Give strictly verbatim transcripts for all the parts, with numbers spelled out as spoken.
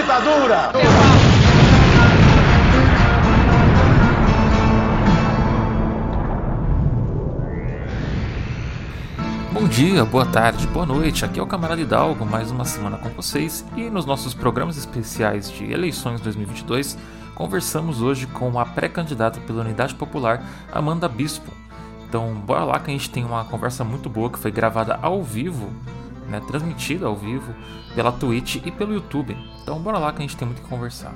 ditadura! Bom dia, boa tarde, boa noite, aqui é o Camarada Hidalgo, mais uma semana com vocês e nos nossos programas especiais de eleições dois mil e vinte e dois conversamos hoje com a pré-candidata pela Unidade Popular, Amanda Bispo. Então bora lá que a gente tem uma conversa muito boa que foi gravada ao vivo, né, transmitida ao vivo pela Twitch e pelo YouTube. Então bora lá que a gente tem muito o que conversar.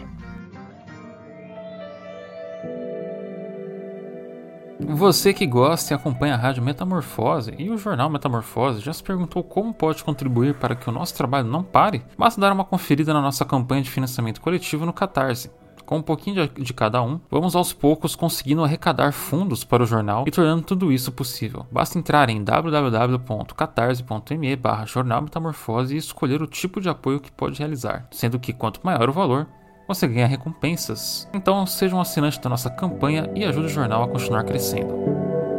Você que gosta e acompanha a Rádio Metamorfose e o jornal Metamorfose já se perguntou como pode contribuir para que o nosso trabalho não pare? Basta dar uma conferida na nossa campanha de financiamento coletivo no Catarse. Com um pouquinho de, de cada um, vamos aos poucos conseguindo arrecadar fundos para o jornal e tornando tudo isso possível. Basta entrar em w w w ponto catarse ponto m e barra jornal metamorfose e escolher o tipo de apoio que pode realizar, sendo que quanto maior o valor, você ganha recompensas. Então seja um assinante da nossa campanha e ajude o jornal a continuar crescendo.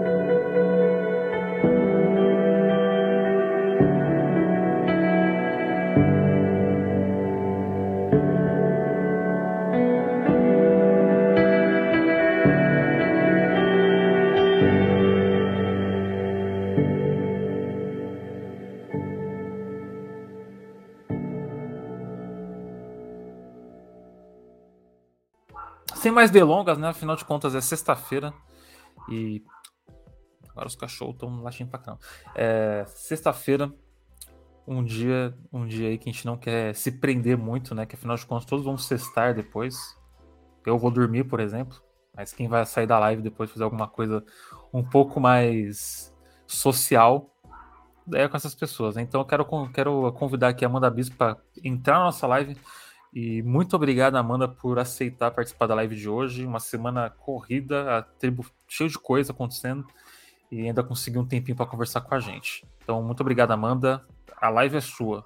Sem mais delongas, né? Afinal de contas é sexta-feira e agora os cachorros estão latindo pra caramba. É sexta-feira, um dia, um dia aí que a gente não quer se prender muito, né? Que afinal de contas todos vão sextar depois. Eu vou dormir, por exemplo, mas quem vai sair da live depois fazer alguma coisa um pouco mais social é com essas pessoas, né? Então eu quero, quero convidar aqui a Amanda Bispo para entrar na nossa live. E muito obrigado, Amanda, por aceitar participar da live de hoje. Uma semana corrida, a tribo cheio de coisa acontecendo e ainda conseguiu um tempinho para conversar com a gente. Então, muito obrigado, Amanda. A live é sua.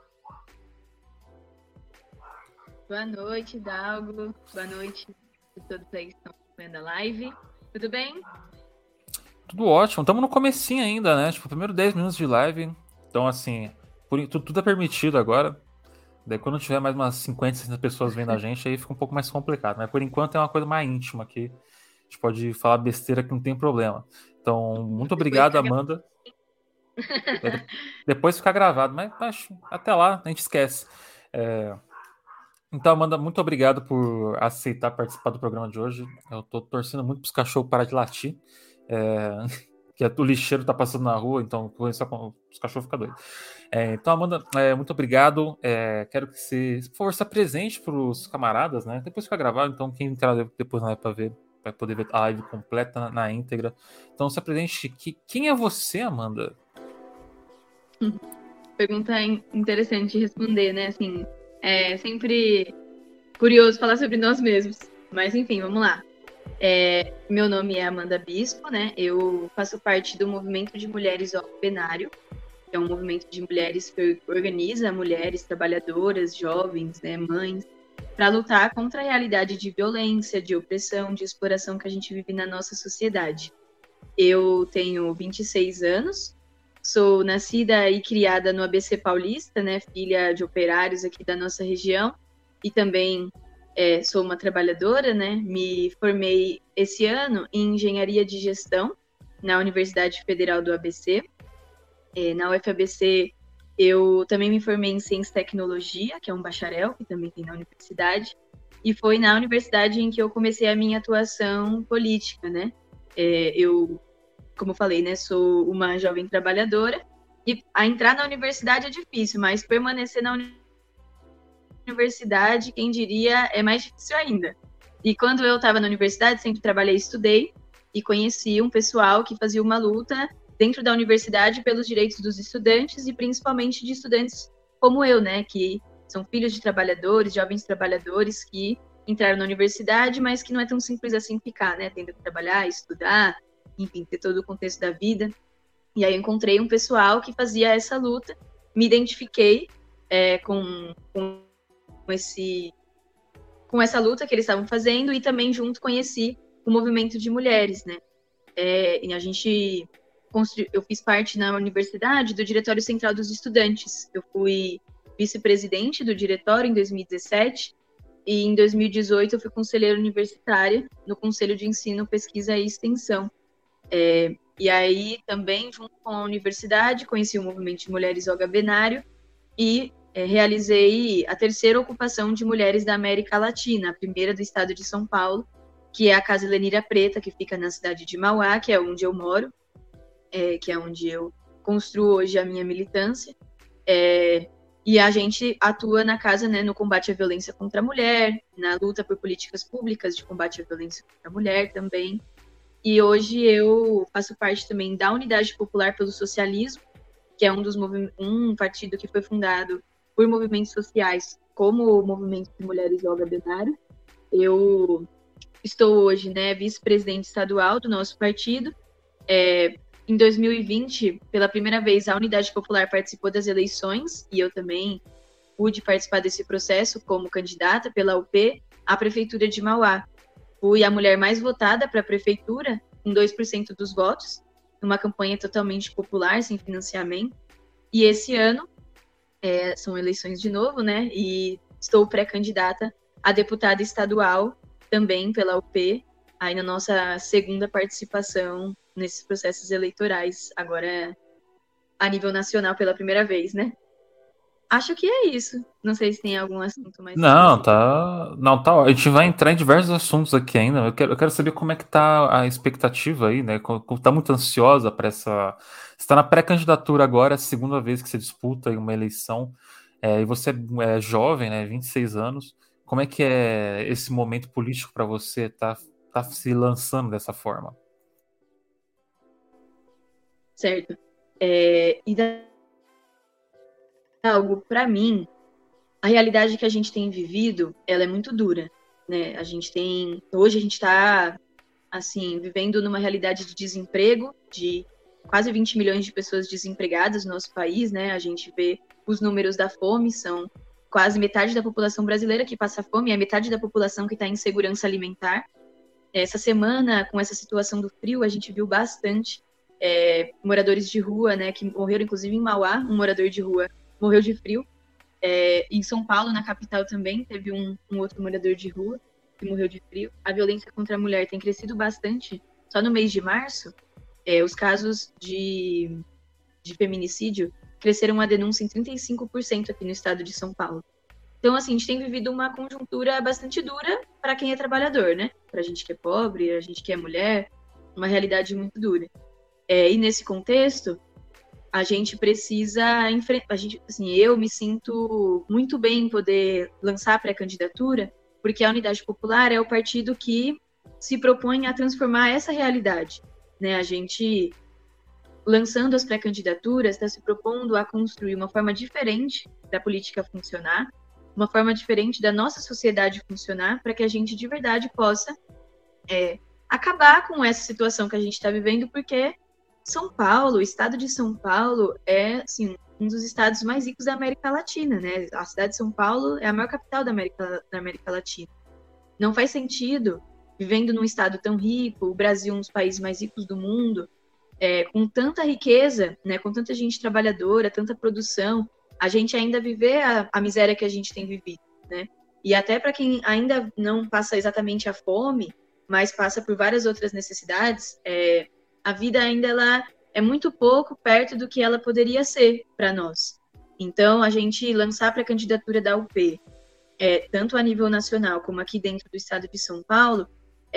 Boa noite, Hidalgo. Boa noite a todos aí que estão vendo a live. Tudo bem? Tudo ótimo. Estamos no comecinho ainda, né? Tipo, primeiro dez minutos de live. Então, assim, por, tudo, tudo é permitido agora. Daí quando tiver mais umas cinquenta, sessenta pessoas vendo a gente, aí fica um pouco mais complicado. Mas por enquanto é uma coisa mais íntima aqui. A gente pode falar besteira que não tem problema. Então, muito obrigado, Amanda. Depois fica gravado, mas, mas até lá a gente esquece. É... Então, Amanda, muito obrigado por aceitar participar do programa de hoje. Eu tô torcendo muito para os cachorros parar de latir. É... que o lixeiro tá passando na rua, então os cachorros ficam doidos. É, então, Amanda, é, muito obrigado. É, quero que você, por favor, se apresente para os camaradas, né? Depois fica gravado, então quem entrar depois na live para ver, vai poder ver a live completa na, na íntegra. Então, se apresente. Que, quem é você, Amanda? Pergunta interessante de responder, né? Assim, é sempre curioso falar sobre nós mesmos. Mas, enfim, vamos lá. É, meu nome é Amanda Bispo, né? Eu faço parte do movimento de mulheres ao plenário, que é um movimento de mulheres que organiza mulheres trabalhadoras, jovens, né, mães, para lutar contra a realidade de violência, de opressão, de exploração que a gente vive na nossa sociedade. Eu tenho vinte e seis anos, sou nascida e criada no A B C Paulista, né? Filha de operários aqui da nossa região e também É, sou uma trabalhadora, né? Me formei esse ano em Engenharia de Gestão na Universidade Federal do A B C. É, na U F A B C, eu também me formei em Ciência e Tecnologia, que é um bacharel, que também tem na universidade. E foi na universidade em que eu comecei a minha atuação política, né? É, eu, como eu falei, né? Sou uma jovem trabalhadora. E a entrar na universidade é difícil, mas permanecer na universidade universidade, quem diria, é mais difícil ainda. E quando eu estava na universidade, sempre trabalhei e estudei, e conheci um pessoal que fazia uma luta dentro da universidade pelos direitos dos estudantes, e principalmente de estudantes como eu, né, que são filhos de trabalhadores, jovens trabalhadores que entraram na universidade, mas que não é tão simples assim ficar, né, tendo que trabalhar, estudar, enfim, ter todo o contexto da vida. E aí eu encontrei um pessoal que fazia essa luta, me identifiquei é, com, com com esse com essa luta que eles estavam fazendo e também junto conheci o movimento de mulheres, né? É, e a gente constru... eu fiz parte na universidade do Diretório Central dos Estudantes. Eu fui vice-presidente do diretório em dois mil e dezessete e em dois mil e dezoito eu fui conselheira universitária no Conselho de Ensino, Pesquisa e Extensão. É, e aí também, junto com a universidade, conheci o movimento de mulheres Olga Benário e é, realizei a terceira ocupação de mulheres da América Latina, a primeira do estado de São Paulo, que é a Casa Lenira Preta, que fica na cidade de Mauá, que é onde eu moro, é, que é onde eu construo hoje a minha militância. É, e a gente atua na casa, né, no combate à violência contra a mulher, na luta por políticas públicas de combate à violência contra a mulher também. E hoje eu faço parte também da Unidade Popular pelo Socialismo, que é um dos movi- um partido que foi fundado por movimentos sociais, como o Movimento de Mulheres Olga Benário. Eu estou hoje, né, vice-presidente estadual do nosso partido. É, em dois mil e vinte, pela primeira vez, a Unidade Popular participou das eleições, e eu também pude participar desse processo como candidata pela U P à Prefeitura de Mauá. Fui a mulher mais votada para a prefeitura, com dois por cento dos votos, numa campanha totalmente popular, sem financiamento. E esse ano, é, são eleições de novo, né? E estou pré-candidata a deputada estadual, também pela U P, aí na nossa segunda participação nesses processos eleitorais, agora a nível nacional pela primeira vez, né? Acho que é isso. Não sei se tem algum assunto mais Não, específico. tá. Não, tá. A gente vai entrar em diversos assuntos aqui ainda. Eu quero, eu quero saber como é que tá a expectativa aí, né? Co- co- Tá muito ansiosa para essa. Você está na pré-candidatura agora, é a segunda vez que você disputa em uma eleição. É, e você é, é jovem, né? vinte e seis anos. Como é que é esse momento político para você? Tá, tá se lançando dessa forma? Certo. É, e da- algo para mim, a realidade que a gente tem vivido, ela é muito dura, né? A gente tem, hoje a gente está assim, vivendo numa realidade de desemprego, de quase vinte milhões de pessoas desempregadas no nosso país, né? A gente vê os números da fome, são quase metade da população brasileira que passa fome, é metade da população que está em segurança alimentar. Essa semana, com essa situação do frio, a gente viu bastante é, moradores de rua, né, que morreram, inclusive em Mauá, um morador de rua morreu de frio. É, em São Paulo, na capital também, teve um, um outro morador de rua que morreu de frio. A violência contra a mulher tem crescido bastante. Só no mês de março, é, os casos de, de feminicídio cresceram a denúncia em trinta e cinco por cento aqui no estado de São Paulo. Então, assim, a gente tem vivido uma conjuntura bastante dura para quem é trabalhador, né? Para a gente que é pobre, a gente que é mulher, uma realidade muito dura. É, e nesse contexto, a gente precisa enfrentar. Assim, eu me sinto muito bem em poder lançar a pré-candidatura, porque a Unidade Popular é o partido que se propõe a transformar essa realidade. Né? A gente, lançando as pré-candidaturas, está se propondo a construir uma forma diferente da política funcionar, uma forma diferente da nossa sociedade funcionar, para que a gente de verdade possa é, acabar com essa situação que a gente está vivendo, porque São Paulo, o estado de São Paulo, é assim, um dos estados mais ricos da América Latina, né? A cidade de São Paulo é a maior capital da América, da América Latina. Não faz sentido, vivendo num estado tão rico, o Brasil um dos países mais ricos do mundo, é, com tanta riqueza, né, com tanta gente trabalhadora, tanta produção, a gente ainda viver a, a miséria que a gente tem vivido, né? E até para quem ainda não passa exatamente a fome, mas passa por várias outras necessidades, é, a vida ainda ela é muito pouco perto do que ela poderia ser para nós. Então, a gente lançar para a candidatura da U P, é, tanto a nível nacional como aqui dentro do estado de São Paulo,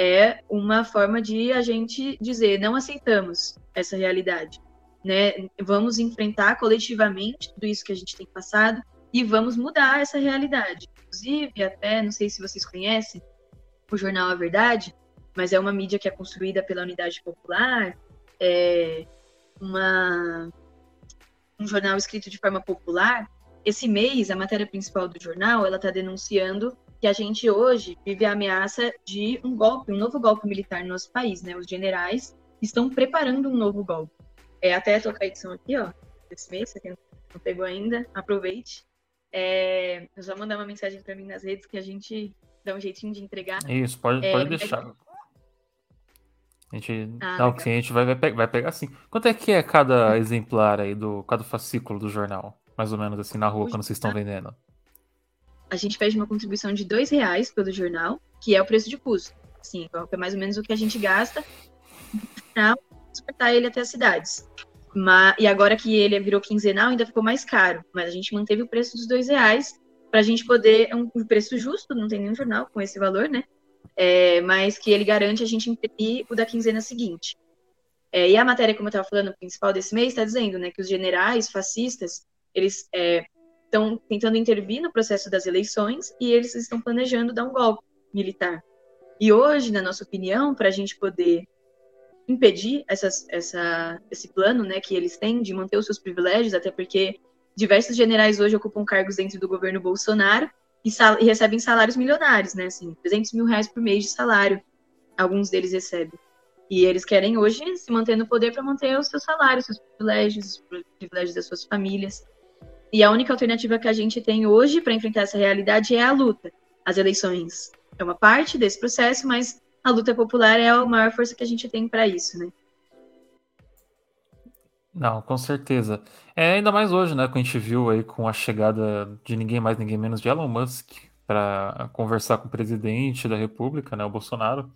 é uma forma de a gente dizer, não aceitamos essa realidade, né? Vamos enfrentar coletivamente tudo isso que a gente tem passado e vamos mudar essa realidade. Inclusive, até, não sei se vocês conhecem, o jornal A Verdade, mas é uma mídia que é construída pela Unidade Popular, é uma, um jornal escrito de forma popular. Esse mês, a matéria principal do jornal, ela está denunciando que a gente hoje vive a ameaça de um golpe, um novo golpe militar no nosso país, né? Os generais estão preparando um novo golpe. É, até tocar a edição aqui, ó, desse mês, se quem não pegou ainda, aproveite. É, eu só mandar uma mensagem para mim nas redes que a gente dá um jeitinho de entregar. Isso, pode, É, pode deixar. A gente, ah, não, legal. sim, a gente vai, vai, pe- vai pegar sim. Quanto é que é cada exemplar aí do, cada fascículo do jornal? Mais ou menos assim na rua, O quando vocês estão vendendo? a gente pede uma contribuição de dois reais pelo jornal, que é o preço de custo. Assim, é mais ou menos o que a gente gasta para transportar ele até as cidades. Mas, e agora que ele virou quinzenal, ainda ficou mais caro. Mas a gente manteve o preço dos dois reais para a gente poder... É um, um preço justo, não tem nenhum jornal com esse valor, né? É, mas que ele garante a gente imprimir o da quinzena seguinte. É, e a matéria, como eu estava falando, principal desse mês, está dizendo, né, que os generais fascistas, eles estão é, tentando intervir no processo das eleições e eles estão planejando dar um golpe militar. E hoje, na nossa opinião, para a gente poder impedir essas, essa, esse plano, né, que eles têm de manter os seus privilégios, até porque diversos generais hoje ocupam cargos dentro do governo Bolsonaro e, sal, e recebem salários milionários, né, assim, trezentos mil reais por mês de salário, alguns deles recebem. E eles querem hoje se manter no poder para manter os seus salários, seus privilégios, os privilégios das suas famílias. E a única alternativa que a gente tem hoje para enfrentar essa realidade é a luta. As eleições é uma parte desse processo, mas a luta popular é a maior força que a gente tem para isso, né? Não, com certeza. É ainda mais hoje, né, que a gente viu aí com a chegada de ninguém mais, ninguém menos de Elon Musk para conversar com o presidente da República, né, o Bolsonaro.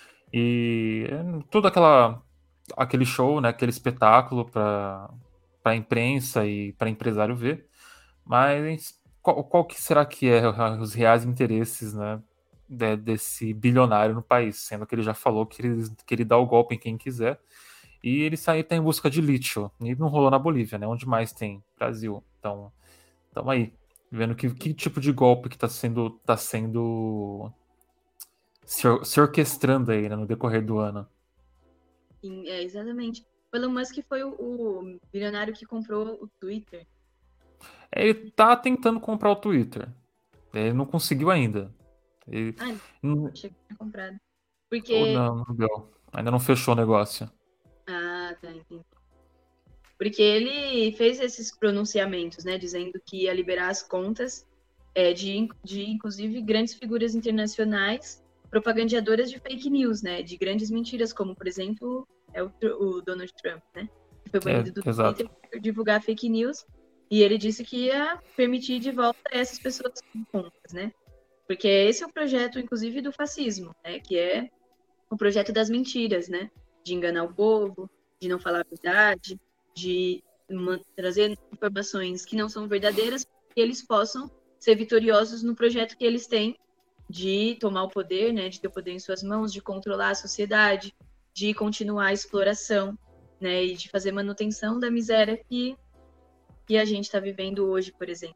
E tudo aquela aquele show, né, aquele espetáculo para para imprensa e para empresário ver. Mas qual, qual que será que é os reais interesses, né, de, desse bilionário no país, sendo que ele já falou que ele, que ele dá o golpe em quem quiser. E ele saiu tá em busca de lítio. E não rolou na Bolívia, né? Onde mais tem? Brasil. Então, estamos aí. Vendo que, que tipo de golpe que está sendo, tá sendo se, or, se orquestrando aí, né, no decorrer do ano. Sim, é, exatamente. O Elon Musk foi o, o bilionário que comprou o Twitter. Ele tá tentando comprar o Twitter. Ele não conseguiu ainda. Ele, ah, não, achei que tinha comprado. Porque... Ou não, não deu. Ainda não fechou o negócio. Ah, tá, entendi. Porque ele fez esses pronunciamentos, né, dizendo que ia liberar as contas é, de, de, inclusive, grandes figuras internacionais propagandeadoras de fake news, né, de grandes mentiras, como, por exemplo, é o, o Donald Trump, né, que foi banido É, do exato. Twitter por divulgar fake news, e ele disse que ia permitir de volta essas pessoas com contas, né, porque esse é o projeto, inclusive, do fascismo, né, que é o projeto das mentiras, né, de enganar o povo, de não falar a verdade, de uma, trazer informações que não são verdadeiras, para que eles possam ser vitoriosos no projeto que eles têm de tomar o poder, né, de ter o poder em suas mãos, de controlar a sociedade, de continuar a exploração, né, e de fazer manutenção da miséria que, que a gente está vivendo hoje, por exemplo.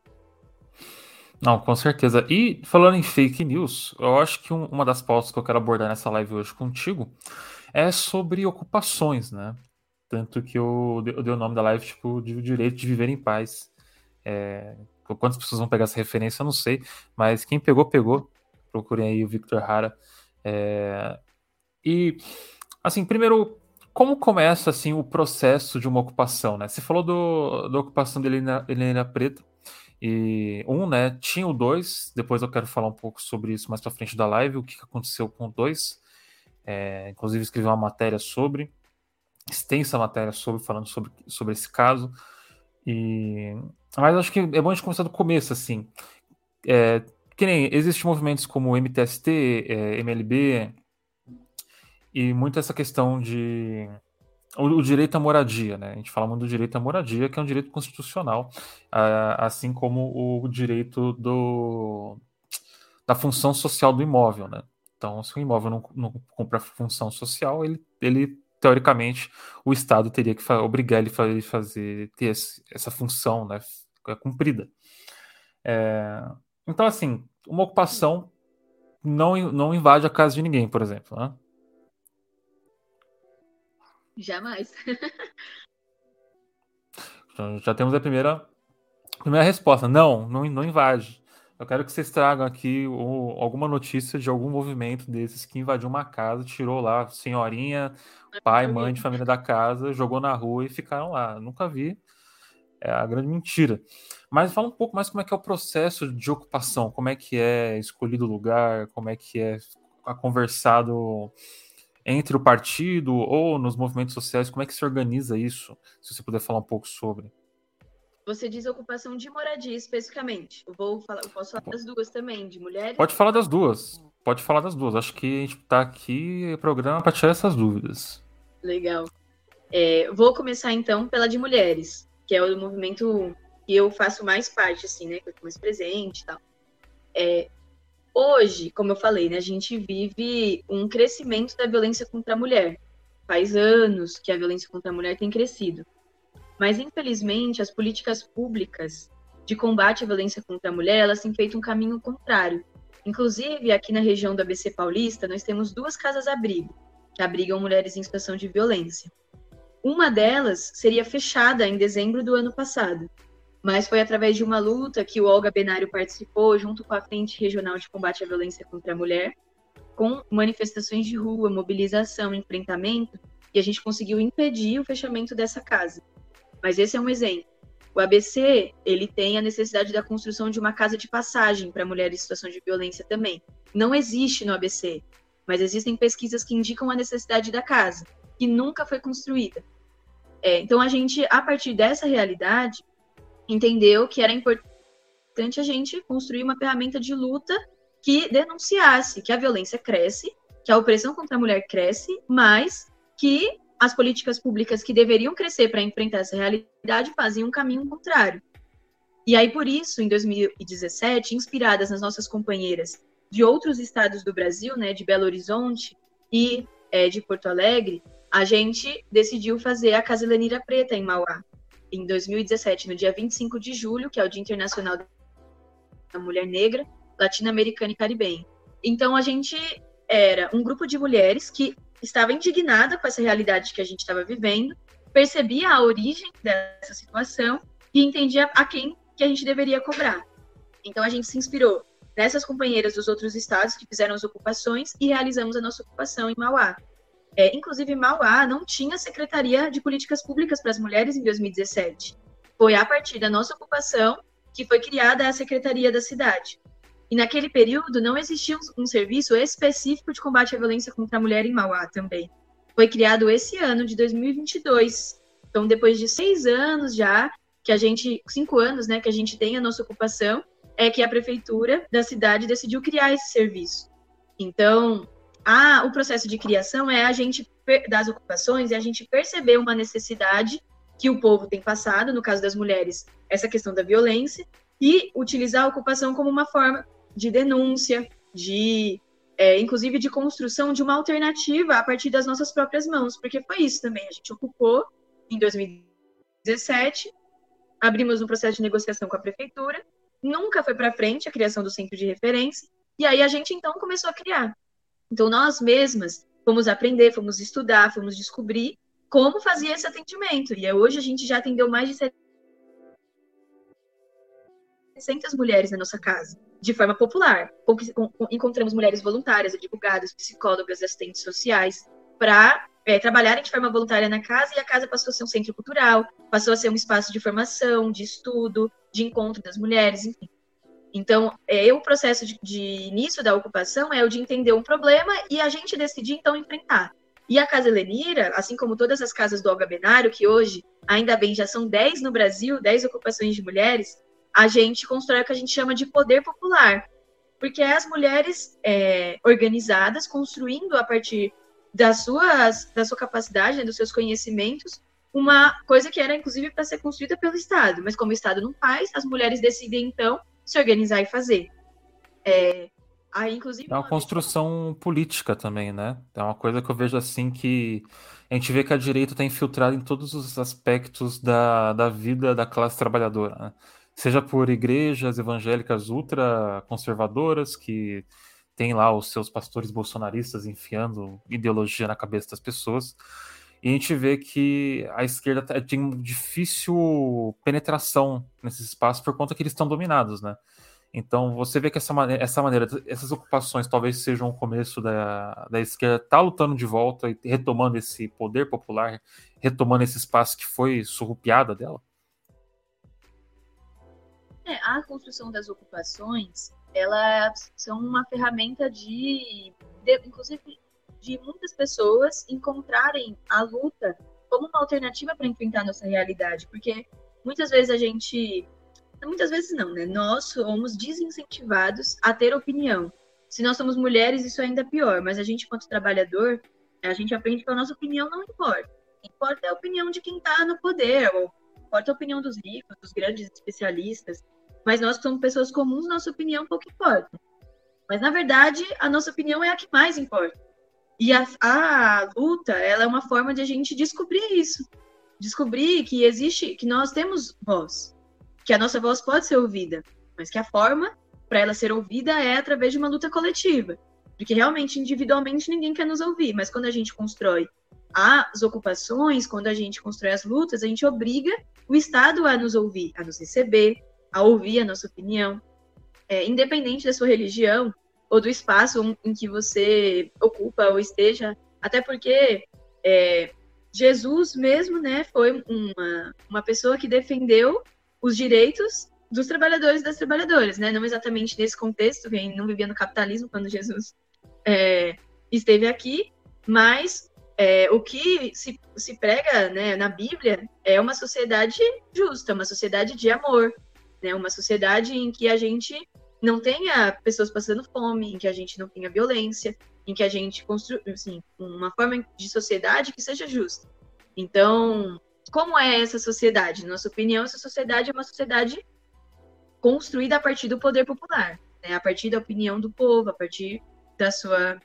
Não, com certeza. E falando em fake news, eu acho que um, uma das pautas que eu quero abordar nessa live hoje contigo é sobre ocupações, né? Tanto que eu, eu dei o nome da live, tipo, de o direito de viver em paz. É, quantas pessoas vão pegar essa referência, eu não sei, mas quem pegou, pegou. Procurem aí o Victor Hara. É, e, assim, primeiro, como começa, assim, o processo de uma ocupação, né? Você falou do, da ocupação de Helena, Helena Preta, e um, né, tinha o dois, depois eu quero falar um pouco sobre isso mais pra frente da live, o que aconteceu com o dois. É, inclusive escrevi uma matéria sobre, extensa matéria sobre, falando sobre, sobre esse caso. E, mas acho que é bom a gente começar do começo, assim. É, que nem existem movimentos como o M T S T, é, M L B, e muito essa questão de o, o direito à moradia, né? A gente fala muito do direito à moradia, que é um direito constitucional, ah, assim como o direito do, da função social do imóvel, né? Então, se o imóvel não, não cumpre a função social, ele, ele teoricamente, o Estado teria que obrigar ele a fazer, ter esse, essa função, né, cumprida. É, então, assim, uma ocupação não, não invade a casa de ninguém, por exemplo, né? Jamais. Então, já temos a primeira, primeira resposta. Não, não, não invade. Eu quero que vocês tragam aqui o, alguma notícia de algum movimento desses que invadiu uma casa, tirou lá senhorinha, pai, mãe de família da casa, jogou na rua e ficaram lá. Eu nunca vi. É a grande mentira. Mas fala um pouco mais como é que é o processo de ocupação, como é que é escolhido o lugar, como é que é conversado entre o partido ou nos movimentos sociais, como é que se organiza isso? Se você puder falar um pouco sobre. Você diz ocupação de moradia especificamente. Eu vou falar, eu posso falar das duas também, de mulheres. Pode falar das duas. Pode falar das duas. Acho que a gente tá aqui programa para tirar essas dúvidas. Legal. É, vou começar então pela de mulheres, que é o movimento que eu faço mais parte, assim, né? Que eu tô mais presente e tal. É, hoje, como eu falei, né, a gente vive um crescimento da violência contra a mulher. Faz anos que a violência contra a mulher tem crescido. Mas, infelizmente, as políticas públicas de combate à violência contra a mulher, elas têm feito um caminho contrário. Inclusive, aqui na região do A B C Paulista, nós temos duas casas-abrigo, que abrigam mulheres em situação de violência. Uma delas seria fechada em dezembro do ano passado, mas foi através de uma luta que o Olga Benário participou, junto com a Frente Regional de Combate à Violência contra a Mulher, com manifestações de rua, mobilização, enfrentamento, e a gente conseguiu impedir o fechamento dessa casa. Mas esse é um exemplo. O A B C, ele tem a necessidade da construção de uma casa de passagem para mulheres em situação de violência também. Não existe no A B C, mas existem pesquisas que indicam a necessidade da casa, que nunca foi construída. É, então, a gente, a partir dessa realidade, entendeu que era importante a gente construir uma ferramenta de luta que denunciasse que a violência cresce, que a opressão contra a mulher cresce, mas que as políticas públicas que deveriam crescer para enfrentar essa realidade faziam um caminho contrário. E aí, por isso, em dois mil e dezessete, inspiradas nas nossas companheiras de outros estados do Brasil, né, de Belo Horizonte e é, de Porto Alegre, a gente decidiu fazer a Casa Helenira Preta em Mauá, em dois mil e dezessete, no dia vinte e cinco de julho, que é o Dia Internacional da Mulher Negra, Latino-Americana e Caribenha. Então, a gente era um grupo de mulheres que estava indignada com essa realidade que a gente estava vivendo, percebia a origem dessa situação e entendia a quem que a gente deveria cobrar. Então, a gente se inspirou nessas companheiras dos outros estados que fizeram as ocupações e realizamos a nossa ocupação em Mauá. É, inclusive, Mauá não tinha Secretaria de Políticas Públicas para as Mulheres em dois mil e dezessete. Foi a partir da nossa ocupação que foi criada a Secretaria da cidade. E naquele período não existia um, um serviço específico de combate à violência contra a mulher em Mauá também. Foi criado esse ano de dois mil e vinte e dois. Então, depois de seis anos já, que a gente, cinco anos, né, que a gente tem a nossa ocupação, é que a prefeitura da cidade decidiu criar esse serviço. Então, a, o processo de criação é a gente, das ocupações, é a gente perceber uma necessidade que o povo tem passado, no caso das mulheres, essa questão da violência, e utilizar a ocupação como uma forma de denúncia, de, é, inclusive, de construção de uma alternativa a partir das nossas próprias mãos, porque foi isso também, a gente ocupou em dois mil e dezessete, abrimos um processo de negociação com a prefeitura, nunca foi para frente a criação do centro de referência, e aí a gente, então, começou a criar. Então, nós mesmas fomos aprender, fomos estudar, fomos descobrir como fazia esse atendimento, e hoje a gente já atendeu mais de setecentas mulheres na nossa casa, de forma popular. Encontramos mulheres voluntárias, advogadas, psicólogas, assistentes sociais, para é, trabalharem de forma voluntária na casa, e a casa passou a ser um centro cultural, passou a ser um espaço de formação, de estudo, de encontro das mulheres, enfim. Então, é, o processo de, de início da ocupação é o de entender um problema e a gente decidir, então, enfrentar. E a Casa Helenira, assim como todas as casas do Olga Benário, que hoje, ainda bem, já são dez no Brasil, dez ocupações de mulheres, a gente constrói o que a gente chama de poder popular, porque é as mulheres é, organizadas, construindo a partir das suas, da sua capacidade, né, dos seus conhecimentos, uma coisa que era, inclusive, para ser construída pelo Estado, mas como o Estado não faz, as mulheres decidem, então, se organizar e fazer. É, aí, inclusive, é uma construção política também, né? É uma coisa que eu vejo assim que a gente vê que a direita está infiltrada em todos os aspectos da, da vida da classe trabalhadora, né? Seja por igrejas evangélicas ultraconservadoras, que tem lá os seus pastores bolsonaristas enfiando ideologia na cabeça das pessoas, e a gente vê que a esquerda tem difícil penetração nesse espaço por conta que eles estão dominados, né? Então você vê que essa maneira, essa maneira, essas ocupações talvez sejam o começo da, da esquerda tá lutando de volta e retomando esse poder popular, retomando esse espaço que foi surrupiada dela. É, a construção das ocupações, elas são uma ferramenta de, de, inclusive, de muitas pessoas encontrarem a luta como uma alternativa para enfrentar a nossa realidade, porque muitas vezes a gente... Muitas vezes não, né? Nós somos desincentivados a ter opinião. Se nós somos mulheres, isso é ainda pior. Mas a gente, enquanto trabalhador, a gente aprende que a nossa opinião não importa. Importa a opinião de quem está no poder, ou importa a opinião dos ricos, dos grandes especialistas. Mas nós que somos pessoas comuns, nossa opinião pouco importa. Mas, na verdade, a nossa opinião é a que mais importa. E a, a luta, ela é uma forma de a gente descobrir isso. Descobrir que existe, que nós temos voz. Que a nossa voz pode ser ouvida. Mas que a forma para ela ser ouvida é através de uma luta coletiva. Porque realmente, individualmente, ninguém quer nos ouvir. Mas quando a gente constrói as ocupações, quando a gente constrói as lutas, a gente obriga o Estado a nos ouvir, a nos receber, a ouvir a nossa opinião. É, independente da sua religião ou do espaço em que você ocupa ou esteja. Até porque é, Jesus mesmo, né, foi uma, uma pessoa que defendeu os direitos dos trabalhadores e das trabalhadoras, né? Não exatamente nesse contexto, quem não vivia no capitalismo quando Jesus é, esteve aqui, mas é, o que se, se prega, né, na Bíblia é uma sociedade justa, uma sociedade de amor, né? Uma sociedade em que a gente não tenha pessoas passando fome, em que a gente não tenha violência, em que a gente construa, assim, uma forma de sociedade que seja justa. Então, como é essa sociedade? Na nossa opinião, essa sociedade é uma sociedade construída a partir do poder popular, né? A partir da opinião do povo, a partir da sua,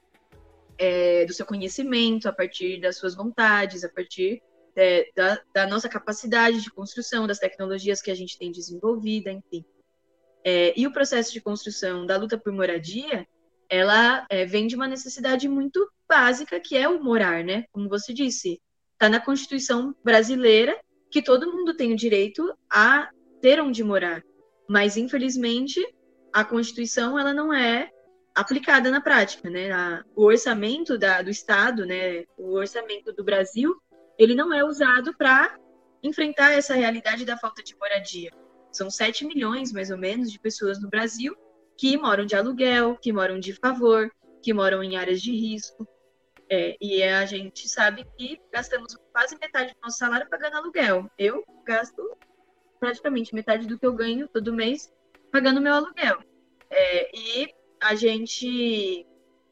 é, do seu conhecimento, a partir das suas vontades, a partir é, da, da nossa capacidade de construção, das tecnologias que a gente tem desenvolvida, enfim. É, e o processo de construção da luta por moradia, ela é, vem de uma necessidade muito básica, que é o morar, né? Como você disse, está na Constituição brasileira que todo mundo tem o direito a ter onde morar. Mas, infelizmente, a Constituição ela não é aplicada na prática, né? A, o orçamento da, do Estado, né? O orçamento do Brasil, ele não é usado para enfrentar essa realidade da falta de moradia. São sete milhões, mais ou menos, de pessoas no Brasil que moram de aluguel, que moram de favor, que moram em áreas de risco. É, e a gente sabe que gastamos quase metade do nosso salário pagando aluguel. Eu gasto praticamente metade do que eu ganho todo mês pagando meu aluguel. É, e a gente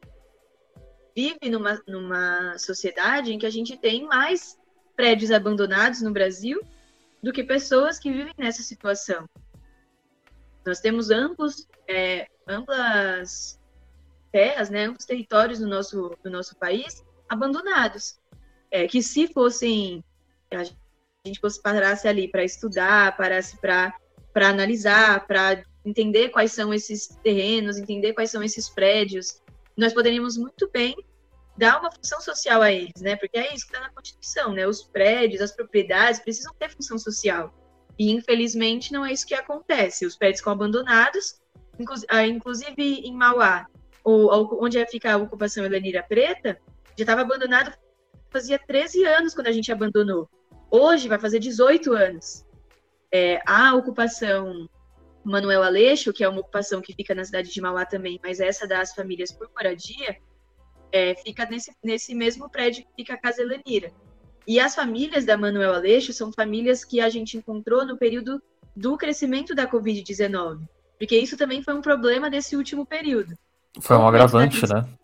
vive numa, numa sociedade em que a gente tem mais prédios abandonados no Brasil do que pessoas que vivem nessa situação. Nós temos amplos, é, amplas terras, né, amplos territórios no nosso, no nosso país abandonados, é, que se fossem, a gente fosse parasse ali para estudar, parasse para para analisar, para entender quais são esses terrenos, entender quais são esses prédios, nós poderíamos muito bem dar uma função social a eles, né? Porque é isso que está na Constituição, né? Os prédios, as propriedades precisam ter função social. E, infelizmente, não é isso que acontece. Os prédios ficam abandonados, inclusive em Mauá, onde fica a ocupação Elenira Preta, já estava abandonado fazia treze anos quando a gente abandonou. Hoje vai fazer dezoito anos. É, a ocupação Manuel Aleixo, que é uma ocupação que fica na cidade de Mauá também, mas essa das famílias por moradia, É, fica nesse, nesse mesmo prédio que fica a Casa Elenira. E as famílias da Manuel Aleixo são famílias que a gente encontrou no período do crescimento da covid dezenove, porque isso também foi um problema desse último período. Foi um agravante, crise... né?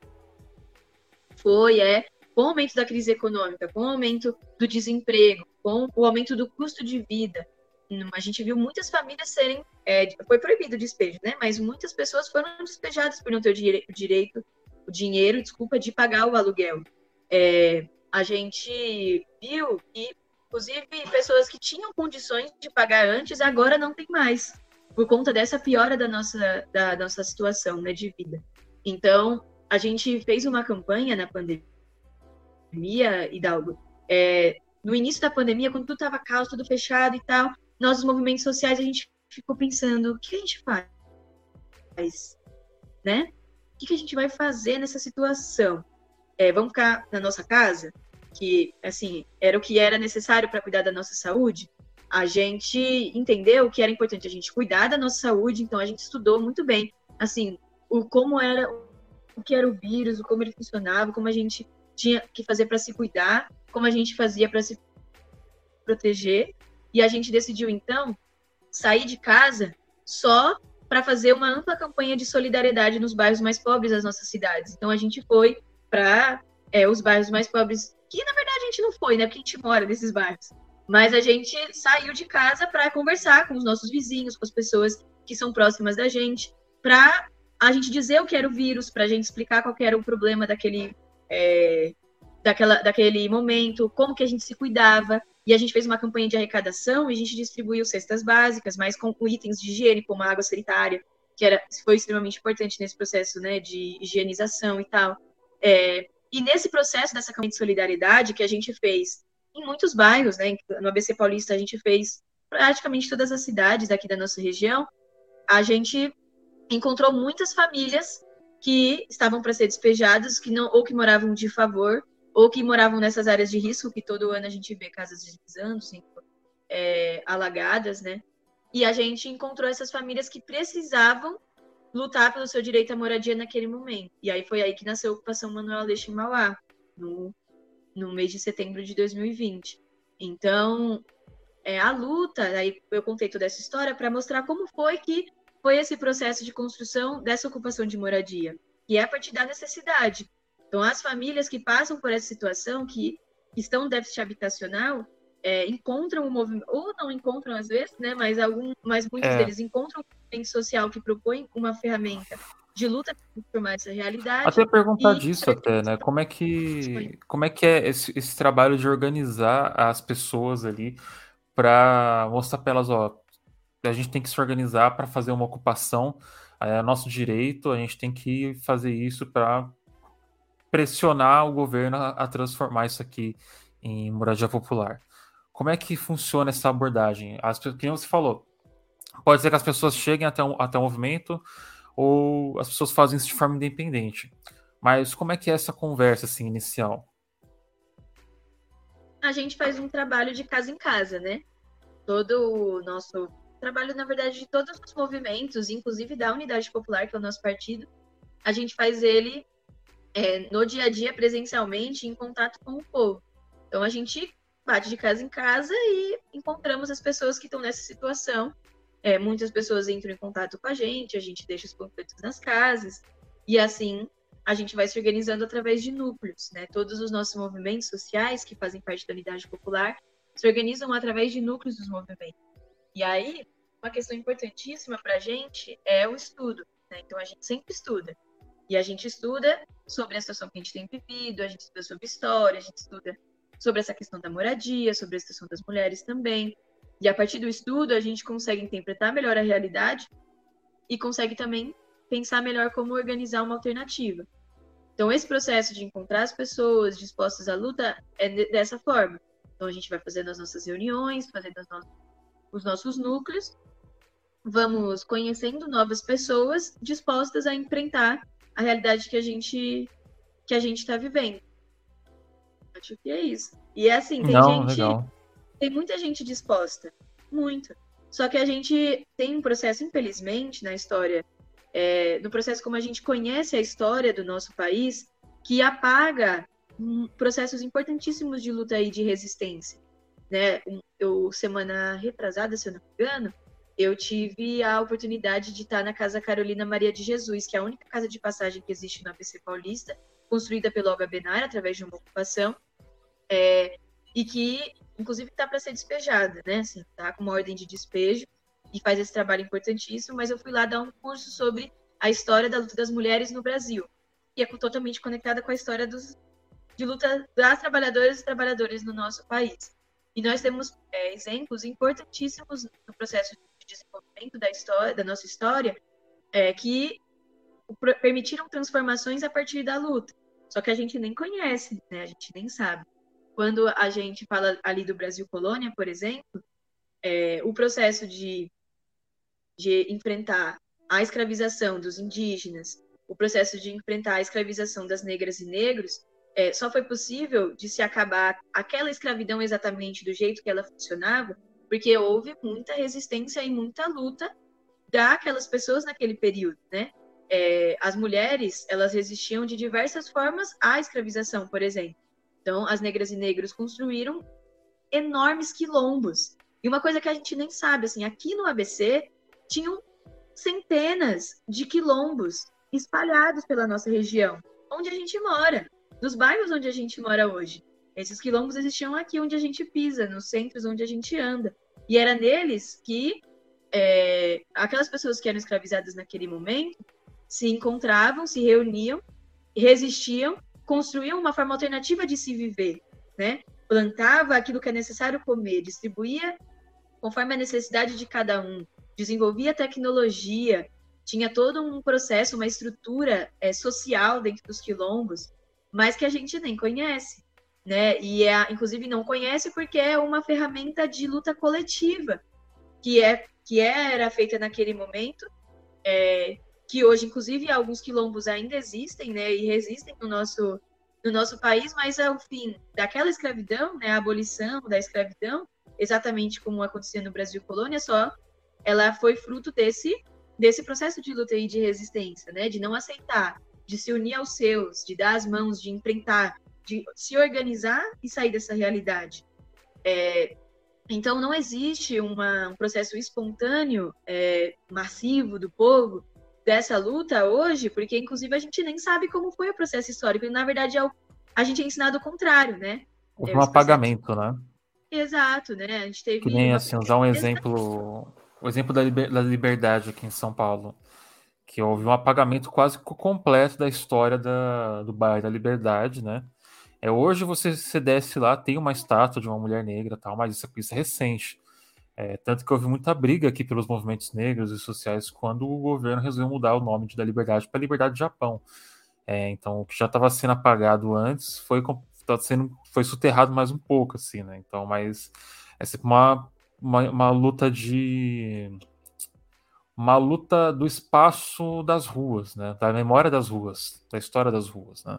Foi, é. Com o aumento da crise econômica, com o aumento do desemprego, com o aumento do custo de vida, a gente viu muitas famílias serem... É, foi proibido o despejo, né? Mas muitas pessoas foram despejadas por não ter o direito o dinheiro, desculpa, de pagar o aluguel. É, a gente viu que, inclusive, pessoas que tinham condições de pagar antes, agora não tem mais, por conta dessa piora da nossa, da nossa situação, né, de vida. Então, a gente fez uma campanha na pandemia, Hidalgo, é, no início da pandemia, quando tudo estava caos, tudo fechado e tal, nós, os movimentos sociais, a gente ficou pensando, o que a gente faz? Né? O que a gente vai fazer nessa situação? É, vamos ficar na nossa casa? Que, assim, era o que era necessário para cuidar da nossa saúde? A gente entendeu que era importante a gente cuidar da nossa saúde, então a gente estudou muito bem, assim, o, como era, o que era o vírus, como ele funcionava, como a gente tinha que fazer para se cuidar, como a gente fazia para se proteger. E a gente decidiu, então, sair de casa só para fazer uma ampla campanha de solidariedade nos bairros mais pobres das nossas cidades. Então, a gente foi para é, os bairros mais pobres, que na verdade a gente não foi, né? Porque a gente mora nesses bairros. Mas a gente saiu de casa para conversar com os nossos vizinhos, com as pessoas que são próximas da gente, para a gente dizer o que era o vírus, para a gente explicar qual que era o problema daquele, é, daquela, daquele momento, como que a gente se cuidava. E a gente fez uma campanha de arrecadação e a gente distribuiu cestas básicas, mas com itens de higiene, como a água sanitária, que era, foi extremamente importante nesse processo, né, de higienização e tal. É, e nesse processo dessa campanha de solidariedade que a gente fez em muitos bairros, né, no A B C Paulista a gente fez praticamente todas as cidades aqui da nossa região, a gente encontrou muitas famílias que estavam para ser despejadas, que não, ou que moravam de favor, ou que moravam nessas áreas de risco, que todo ano a gente vê casas deslizando, assim, é, alagadas, né? E a gente encontrou essas famílias que precisavam lutar pelo seu direito à moradia naquele momento. E aí foi aí que nasceu a Ocupação Manuel Aleixo em Mauá, no, no mês de setembro de dois mil e vinte. Então, é, a luta, aí eu contei toda essa história para mostrar como foi que foi esse processo de construção dessa ocupação de moradia, que é a partir da necessidade. Então, as famílias que passam por essa situação, que estão no déficit habitacional, é, encontram um movimento, ou não encontram às vezes, né, mas, algum, mas muitos É. deles encontram um movimento social que propõe uma ferramenta de luta para transformar essa realidade. Até perguntar e... disso até, né? Como é que, como é, que é esse, esse trabalho de organizar as pessoas ali para mostrar para elas, ó, a gente tem que se organizar para fazer uma ocupação, é nosso direito, a gente tem que fazer isso para pressionar o governo a, a transformar isso aqui em moradia popular. Como é que funciona essa abordagem? As, que você falou, pode ser que as pessoas cheguem até, um, até o movimento ou as pessoas fazem isso de forma independente. Mas como é que é essa conversa assim, inicial? A gente faz um trabalho de casa em casa, né? Todo o nosso trabalho, na verdade, de todos os movimentos, inclusive da Unidade Popular, que é o nosso partido, a gente faz ele é, no dia a dia, presencialmente, em contato com o povo. Então, a gente bate de casa em casa e encontramos as pessoas que estão nessa situação. É, muitas pessoas entram em contato com a gente, a gente deixa os panfletos nas casas, e assim a gente vai se organizando através de núcleos, né? Todos os nossos movimentos sociais que fazem parte da Unidade Popular se organizam através de núcleos dos movimentos. E aí, uma questão importantíssima para a gente é o estudo, né? Então, a gente sempre estuda. E a gente estuda sobre a situação que a gente tem vivido, a gente estuda sobre história, a gente estuda sobre essa questão da moradia, sobre a situação das mulheres também. E a partir do estudo, a gente consegue interpretar melhor a realidade e consegue também pensar melhor como organizar uma alternativa. Então, esse processo de encontrar as pessoas dispostas à luta é dessa forma. Então, a gente vai fazendo as nossas reuniões, fazendo as no... os nossos núcleos, vamos conhecendo novas pessoas dispostas a enfrentar a realidade que a gente que a gente está vivendo. Acho que é isso. E é assim, tem Não, gente, legal. tem muita gente disposta, muito. Só que a gente tem um processo, infelizmente, na história, é, no processo como a gente conhece a história do nosso país, que apaga um, processos importantíssimos de luta e de resistência. Né? Eu, semana retrasada, se eu não me engano, eu tive a oportunidade de estar na Casa Carolina Maria de Jesus, que é a única casa de passagem que existe no A B C Paulista, construída pelo Olga Benar, através de uma ocupação, é, e que, inclusive, está para ser despejada, né? Assim, tá com uma ordem de despejo, e faz esse trabalho importantíssimo, mas eu fui lá dar um curso sobre a história da luta das mulheres no Brasil, e é totalmente conectada com a história dos, de luta das trabalhadoras e trabalhadores no nosso país. E nós temos é, exemplos importantíssimos no processo de desenvolvimento da história, da nossa história, é, que permitiram transformações a partir da luta. Só que a gente nem conhece, né? A gente nem sabe. Quando a gente fala ali do Brasil Colônia, por exemplo, é, o processo de, de enfrentar a escravização dos indígenas, o processo de enfrentar a escravização das negras e negros, é, só foi possível de se acabar aquela escravidão exatamente do jeito que ela funcionava, porque houve muita resistência e muita luta daquelas pessoas naquele período, né? É, as mulheres, elas resistiam de diversas formas à escravização, por exemplo. Então, as negras e negros construíram enormes quilombos, E uma coisa que a gente nem sabe, assim, aqui no A B C tinham centenas de quilombos espalhados pela nossa região, onde a gente mora, nos bairros onde a gente mora hoje. Esses quilombos existiam aqui onde a gente pisa, nos centros onde a gente anda. E era neles que é, aquelas pessoas que eram escravizadas naquele momento se encontravam, se reuniam, resistiam, construíam uma forma alternativa de se viver, né? Plantava aquilo que é necessário comer, distribuía conforme a necessidade de cada um, desenvolvia tecnologia, tinha todo um processo, uma estrutura é, social dentro dos quilombos, mas que a gente nem conhece, né? E é, inclusive não conhece porque é uma ferramenta de luta coletiva que é que era feita naquele momento, é, que hoje, inclusive, alguns quilombos ainda existem, né? E resistem no nosso no nosso país, mas ao fim daquela escravidão, né? A abolição da escravidão, exatamente como acontecia no Brasil colônia, só ela foi fruto desse desse processo de luta e de resistência, né? De não aceitar, de se unir aos seus, de dar as mãos, de enfrentar, de se organizar e sair dessa realidade. É, então, não existe uma, um processo espontâneo, é, massivo do povo dessa luta hoje, porque, inclusive, a gente nem sabe como foi o processo histórico. E, na verdade, é o, a gente é ensinado o contrário, né? Houve É, um os processos... apagamento, né? Exato, né? A gente Que teve nem, uma... assim, usar um exemplo, o exemplo da, liber, da Liberdade aqui em São Paulo, que houve um apagamento quase completo da história da, do bairro da Liberdade, né? É, hoje você se desce lá, tem uma estátua de uma mulher negra, tal, mas isso, isso é recente. É, tanto que houve muita briga aqui pelos movimentos negros e sociais quando o governo resolveu mudar o nome de da Liberdade para Liberdade do Japão. É, então, o que já estava sendo apagado antes foi, tá sendo, foi soterrado mais um pouco, assim, né? Então, mas é sempre uma, uma, uma luta de... uma luta do espaço das ruas, né? Da memória das ruas, da história das ruas, né?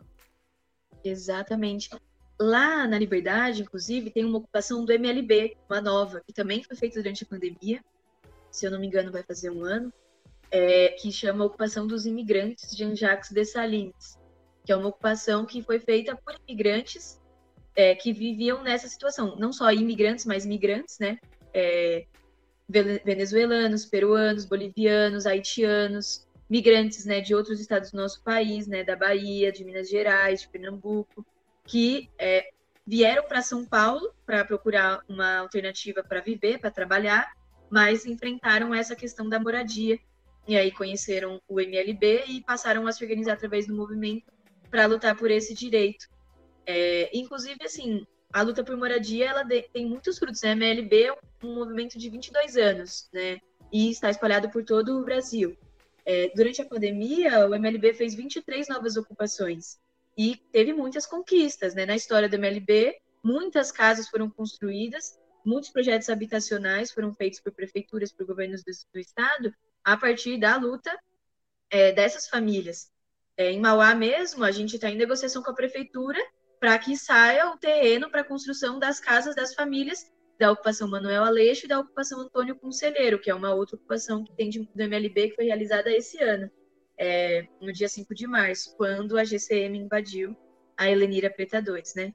Exatamente. Lá na Liberdade, inclusive, tem uma ocupação do M L B, uma nova, que também foi feita durante a pandemia, se eu não me engano vai fazer um ano, é, que chama Ocupação dos Imigrantes Jean-Jacques Dessalines, que é uma ocupação que foi feita por imigrantes é, que viviam nessa situação, não só imigrantes, mas migrantes, né? É, venezuelanos, peruanos, bolivianos, haitianos, migrantes, né, de outros estados do nosso país, né, da Bahia, de Minas Gerais, de Pernambuco, que é, vieram para São Paulo para procurar uma alternativa para viver, para trabalhar, mas enfrentaram essa questão da moradia. E aí conheceram o M L B e passaram a se organizar através do movimento para lutar por esse direito. É, inclusive, assim, a luta por moradia ela de, tem muitos frutos. A M L B é um movimento de vinte e dois anos, né? E está espalhado por todo o Brasil. É, durante a pandemia, o M L B fez vinte e três novas ocupações e teve muitas conquistas, né? Na história do M L B, muitas casas foram construídas, muitos projetos habitacionais foram feitos por prefeituras, por governos do, do estado, a partir da luta é, dessas famílias. É, em Mauá mesmo, a gente está em negociação com a prefeitura para que saia o terreno para a construção das casas das famílias da ocupação Manuel Aleixo e da ocupação Antônio Conselheiro, que é uma outra ocupação que tem de, do M L B que foi realizada esse ano, é, no dia cinco de março, quando a G C M invadiu a Helenira Preta dois, né?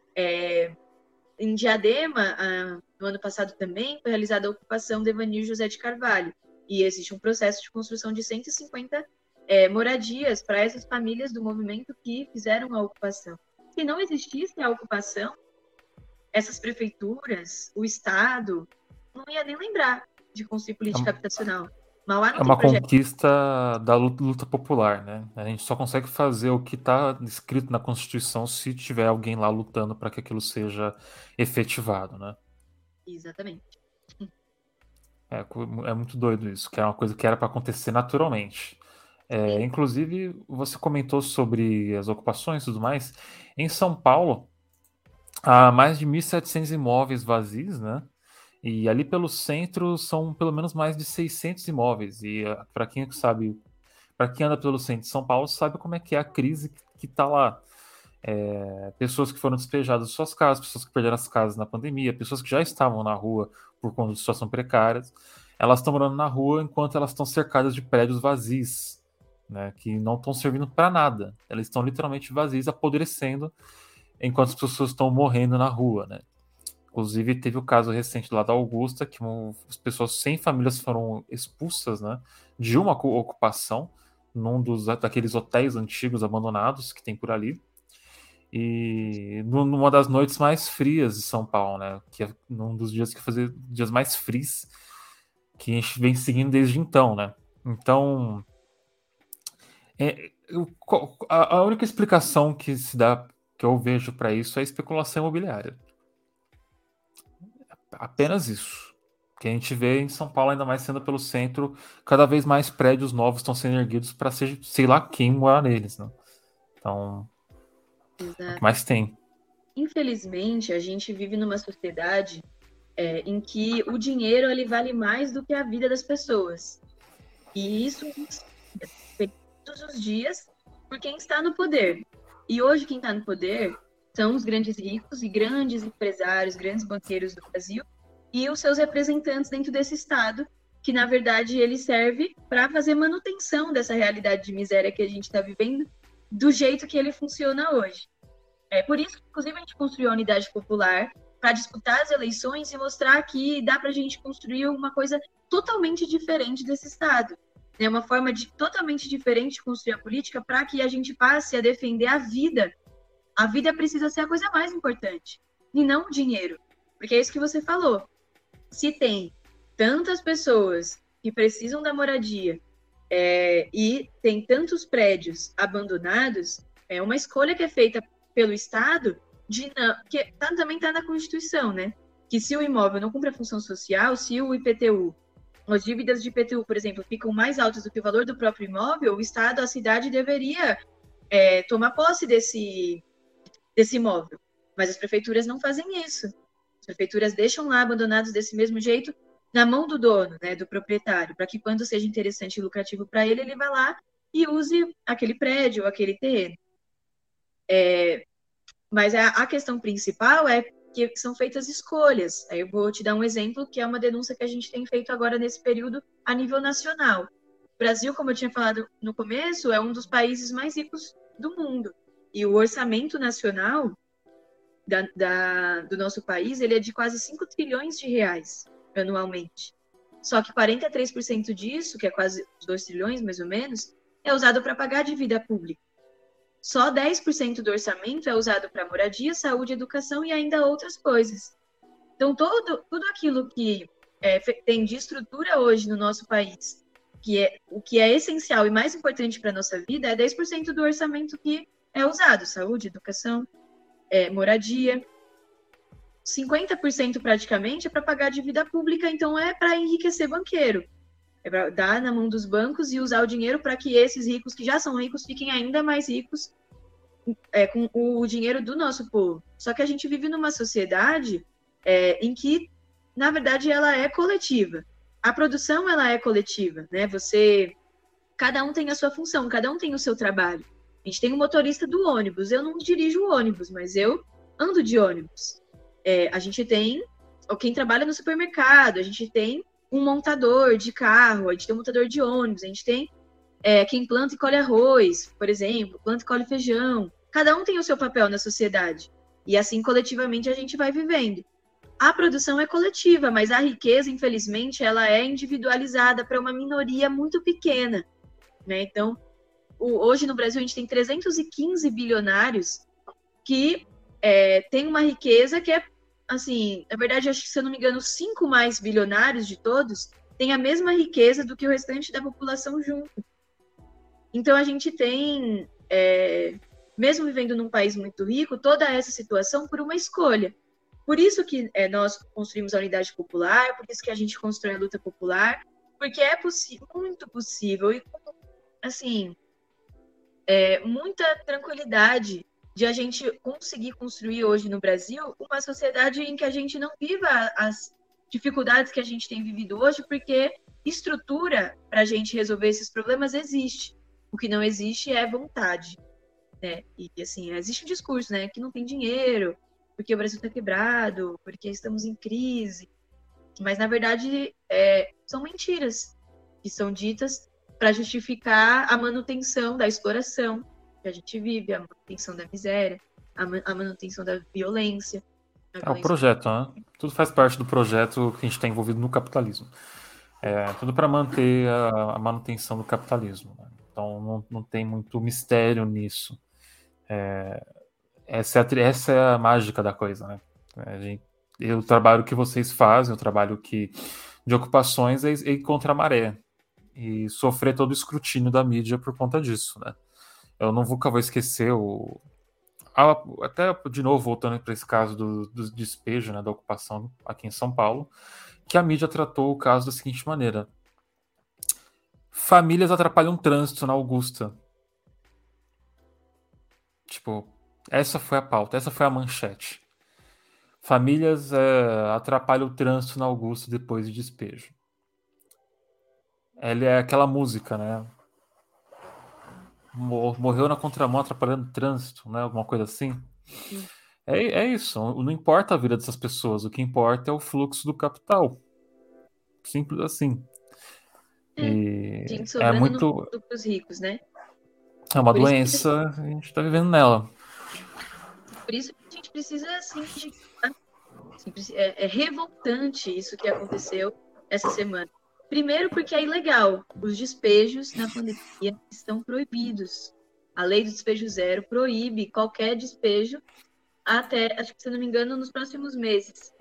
É, em Diadema, a, no ano passado também, foi realizada a ocupação Devanir José de Carvalho, e existe um processo de construção de cento e cinquenta é, moradias para essas famílias do movimento que fizeram a ocupação. Se não existisse a ocupação, essas prefeituras, o Estado, não ia nem lembrar de construir política é, habitacional. Mauá não é tem uma projeto. Conquista da luta, luta popular, né? A gente só consegue fazer o que está escrito na Constituição se tiver alguém lá lutando para que aquilo seja efetivado, né? Exatamente. É, é muito doido isso, que é uma coisa que era para acontecer naturalmente. É, inclusive, você comentou sobre as ocupações e tudo mais. Em São Paulo, há mais de mil e setecentos imóveis vazios, né? E ali pelo centro são pelo menos mais de seiscentos imóveis. E para quem sabe, para quem anda pelo centro de São Paulo, sabe como é que é a crise que está lá. É, pessoas que foram despejadas de suas casas, pessoas que perderam as casas na pandemia, pessoas que já estavam na rua por conta de situação precária, elas estão morando na rua enquanto elas estão cercadas de prédios vazios, né, que não estão servindo para nada. Elas estão literalmente vazias, apodrecendo, enquanto as pessoas estão morrendo na rua, né? Inclusive, teve o caso recente lá da Augusta, que um, as pessoas sem famílias foram expulsas, né, de uma ocupação num dos daqueles hotéis antigos abandonados que tem por ali. E numa das noites mais frias de São Paulo, né? Que é num dos dias que fazer dias mais frios que a gente vem seguindo desde então, né? Então, é, eu, a, a única explicação que se dá, que eu vejo para isso, é a especulação imobiliária. Apenas isso. Que a gente vê em São Paulo, ainda mais sendo pelo centro, cada vez mais prédios novos estão sendo erguidos para ser, sei lá quem morar neles, né? Então, Exato. é o que mais tem. Infelizmente, a gente vive numa sociedade é, em que o dinheiro ele vale mais do que a vida das pessoas. E isso é todos os dias por quem está no poder. E hoje quem está no poder são os grandes ricos e grandes empresários, grandes banqueiros do Brasil e os seus representantes dentro desse Estado, que na verdade ele serve para fazer manutenção dessa realidade de miséria que a gente está vivendo do jeito que ele funciona hoje. É por isso que, inclusive, a gente construiu a Unidade Popular para disputar as eleições e mostrar que dá para a gente construir uma coisa totalmente diferente desse Estado. É uma forma de, totalmente diferente de construir a política para que a gente passe a defender a vida. A vida precisa ser a coisa mais importante, e não o dinheiro. Porque é isso que você falou. Se tem tantas pessoas que precisam da moradia é, e tem tantos prédios abandonados, é uma escolha que é feita pelo Estado, de não, que tá, também está na Constituição, né? Que se o imóvel não cumpre a função social, se o I P T U, as dívidas de I P T U, por exemplo, ficam mais altas do que o valor do próprio imóvel, o Estado, a cidade deveria é, tomar posse desse, desse imóvel. Mas as prefeituras não fazem isso. As prefeituras deixam lá abandonados desse mesmo jeito na mão do dono, né, do proprietário, para que quando seja interessante e lucrativo para ele, ele vá lá e use aquele prédio, aquele terreno. É, mas a, a questão principal é que são feitas escolhas. Aí eu vou te dar um exemplo, que é uma denúncia que a gente tem feito agora nesse período a nível nacional. O Brasil, como eu tinha falado no começo, é um dos países mais ricos do mundo. E o orçamento nacional da, da, do nosso país, ele é de quase cinco trilhões de reais anualmente. Só que quarenta e três por cento disso, que é quase dois trilhões mais ou menos, é usado para pagar a dívida pública. Só dez por cento do orçamento é usado para moradia, saúde, educação e ainda outras coisas. Então, todo, tudo aquilo que é, tem de estrutura hoje no nosso país, que é, o que é essencial e mais importante para a nossa vida, é dez por cento do orçamento que é usado. Saúde, educação, é, moradia. cinquenta por cento praticamente é para pagar a dívida pública, então é para enriquecer banqueiro. É para dar na mão dos bancos e usar o dinheiro para que esses ricos, que já são ricos, fiquem ainda mais ricos é, com o dinheiro do nosso povo. Só que a gente vive numa sociedade é, em que, na verdade, ela é coletiva. A produção, ela é coletiva, né? Você, cada um tem a sua função, cada um tem o seu trabalho. A gente tem o motorista do ônibus. Eu não dirijo o ônibus, mas eu ando de ônibus. É, a gente tem quem trabalha no supermercado, a gente tem um montador de carro, a gente tem um montador de ônibus, a gente tem é, quem planta e colhe arroz, por exemplo, planta e colhe feijão. Cada um tem o seu papel na sociedade. E assim, coletivamente, a gente vai vivendo. A produção é coletiva, mas a riqueza, infelizmente, ela é individualizada para uma minoria muito pequena, né? Então, o, hoje no Brasil, a gente tem trezentos e quinze bilionários que é, têm uma riqueza que é assim, na verdade, acho que, se eu não me engano, os cinco mais bilionários de todos têm a mesma riqueza do que o restante da população junto. Então, a gente tem, é, mesmo vivendo num país muito rico, toda essa situação por uma escolha. Por isso que é, nós construímos a Unidade Popular, por isso que a gente constrói a luta popular, porque é possível, muito possível, e assim, é, muita tranquilidade de a gente conseguir construir hoje no Brasil uma sociedade em que a gente não viva as dificuldades que a gente tem vivido hoje, porque estrutura para a gente resolver esses problemas existe. O que não existe é vontade, né? E, assim, existe um discurso, né, que não tem dinheiro, porque o Brasil está quebrado, porque estamos em crise. Mas, na verdade, é, são mentiras que são ditas para justificar a manutenção da exploração que a gente vive, a manutenção da miséria, a manutenção da violência. A É o violência. projeto, né? Tudo faz parte do projeto que a gente está envolvido no capitalismo. É tudo para manter a, a manutenção do capitalismo, né? Então não, não tem muito mistério nisso. É, essa, é a, tri- essa é a mágica da coisa, né? A gente, e o trabalho que vocês fazem, o trabalho que, de ocupações, é, é ir contra a maré. E sofrer todo o escrutínio da mídia por conta disso, né? Eu não nunca vou esquecer o. a- Até de novo, voltando para esse caso do, do despejo, né, da ocupação aqui em São Paulo, que a mídia tratou o caso da seguinte maneira: famílias atrapalham o trânsito na Augusta. Tipo, essa foi a pauta, essa foi a manchete. Famílias é, atrapalham o trânsito na Augusta depois de despejo. Ela é aquela música, né? Mor- Morreu na contramão atrapalhando o trânsito, né? Alguma coisa assim. Sim. É, é isso. Não importa a vida dessas pessoas. O que importa é o fluxo do capital. Simples assim. É, E gente é sobrando no muito. mundo pros ricos, né? É uma Por isso que, doença, a gente está vivendo nela. por isso que a gente precisa se indignar. Assim, preci- É, é revoltante isso que aconteceu essa semana. Primeiro, porque é ilegal. Os despejos na pandemia estão proibidos. A lei do despejo zero proíbe qualquer despejo até, acho que se eu não me engano, nos próximos meses.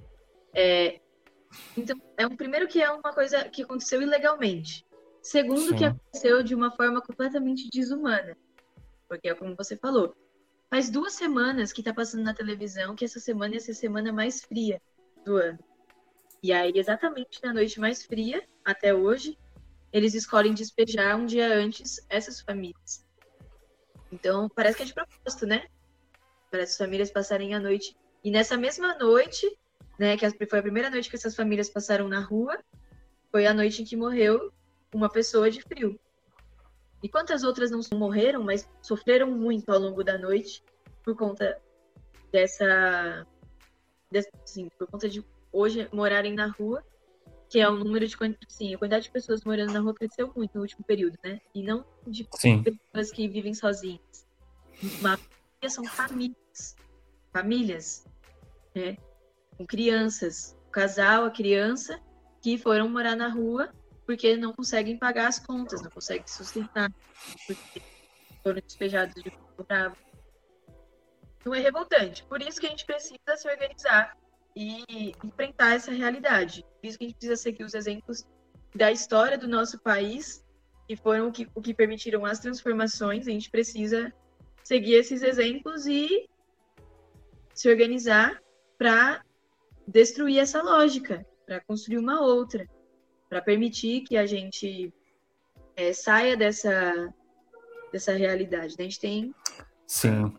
Então, é um primeiro que é uma coisa que aconteceu ilegalmente. Segundo, que Sim, aconteceu de uma forma completamente desumana, porque é como você falou. Faz duas semanas que tá passando na televisão que essa semana ia ser a semana mais fria do ano. E aí, exatamente na noite mais fria, até hoje, eles escolhem despejar um dia antes essas famílias. Então, parece que é de propósito, né? Para as famílias passarem a noite. E nessa mesma noite, né, que foi a primeira noite que essas famílias passaram na rua, foi a noite em que morreu uma pessoa de frio. E quantas outras não morreram, mas sofreram muito ao longo da noite por conta dessa, dessa assim, por conta de hoje morarem na rua, que é o número de sim, a quantidade de pessoas morando na rua cresceu muito no último período, né? E não de sim, pessoas que vivem sozinhas. Uma família são famílias, famílias, né? Com crianças, o casal, a criança que foram morar na rua porque não conseguem pagar as contas, não conseguem sustentar, porque foram despejados de bravo. Então é revoltante. Por isso que a gente precisa se organizar e enfrentar essa realidade. Por isso que a gente precisa seguir os exemplos da história do nosso país, que foram o que, o que permitiram as transformações. A gente precisa seguir esses exemplos e se organizar para destruir essa lógica, para construir uma outra, para permitir que a gente é, saia dessa, dessa realidade. A gente tem. sim.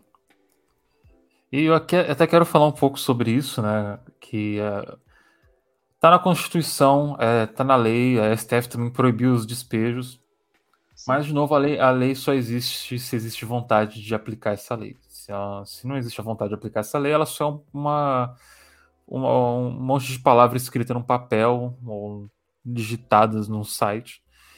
E eu aqui- até quero falar um pouco sobre isso, né? Que é, tá na Constituição, é, tá na lei, a S T F também proibiu os despejos, Sim, mas, de novo, a lei, a lei só existe se existe vontade de aplicar essa lei. Se, ela- se não existe a vontade de aplicar essa lei, ela só é uma, uma- um monte de palavras escritas num papel ou digitadas num site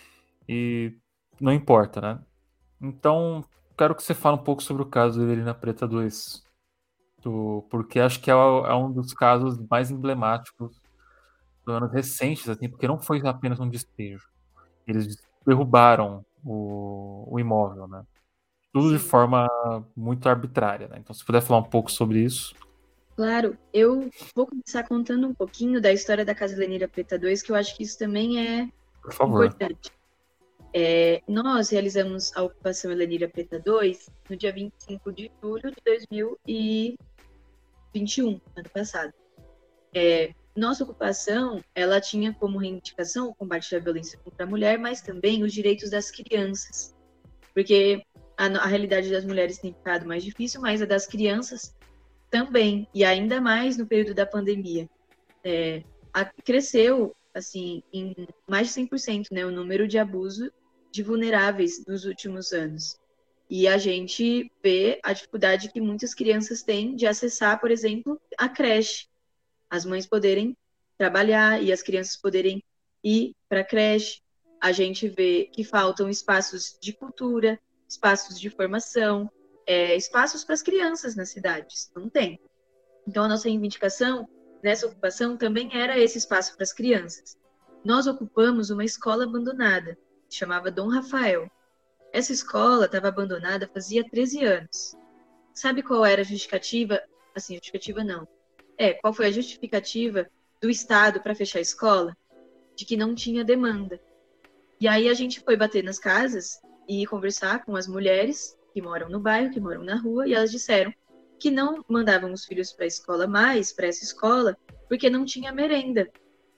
e não importa, né? Então, quero que você fale um pouco sobre o caso dele na Preta dois, do, porque acho que é, é um dos casos mais emblemáticos do anos recentes, assim, porque não foi apenas um despejo. Eles derrubaram o, o imóvel, né? Tudo de sim. forma muito arbitrária, né? Então, se puder falar um pouco sobre isso, Claro, eu vou começar contando um pouquinho da história da Casa Lenira Preta dois, que eu acho que isso também é por favor. importante. É, nós realizamos a ocupação Lenira Preta dois no dia vinte e cinco de julho de dois mil e vinte e um, ano passado. É, nossa ocupação, ela tinha como reivindicação o combate à violência contra a mulher, mas também os direitos das crianças, porque a, a realidade das mulheres tem ficado mais difícil, mas a das crianças também, e ainda mais no período da pandemia. É, a, cresceu, assim, em mais de cem por cento, né, o número de abuso de vulneráveis nos últimos anos. E a gente vê a dificuldade que muitas crianças têm de acessar, por exemplo, a creche. As mães poderem trabalhar e as crianças poderem ir para a creche. A gente vê que faltam espaços de cultura, espaços de formação, é, espaços para as crianças nas cidades. Não tem. Então, a nossa reivindicação nessa ocupação também era esse espaço para as crianças. Nós ocupamos uma escola abandonada, que chamava Dom Rafael. Essa escola estava abandonada fazia treze anos. Sabe qual era a justificativa? Assim, justificativa não. É, qual foi a justificativa do Estado para fechar a escola? De que não tinha demanda. E aí a gente foi bater nas casas e conversar com as mulheres que moram no bairro, que moram na rua, e elas disseram que não mandavam os filhos para a escola mais, para essa escola, porque não tinha merenda.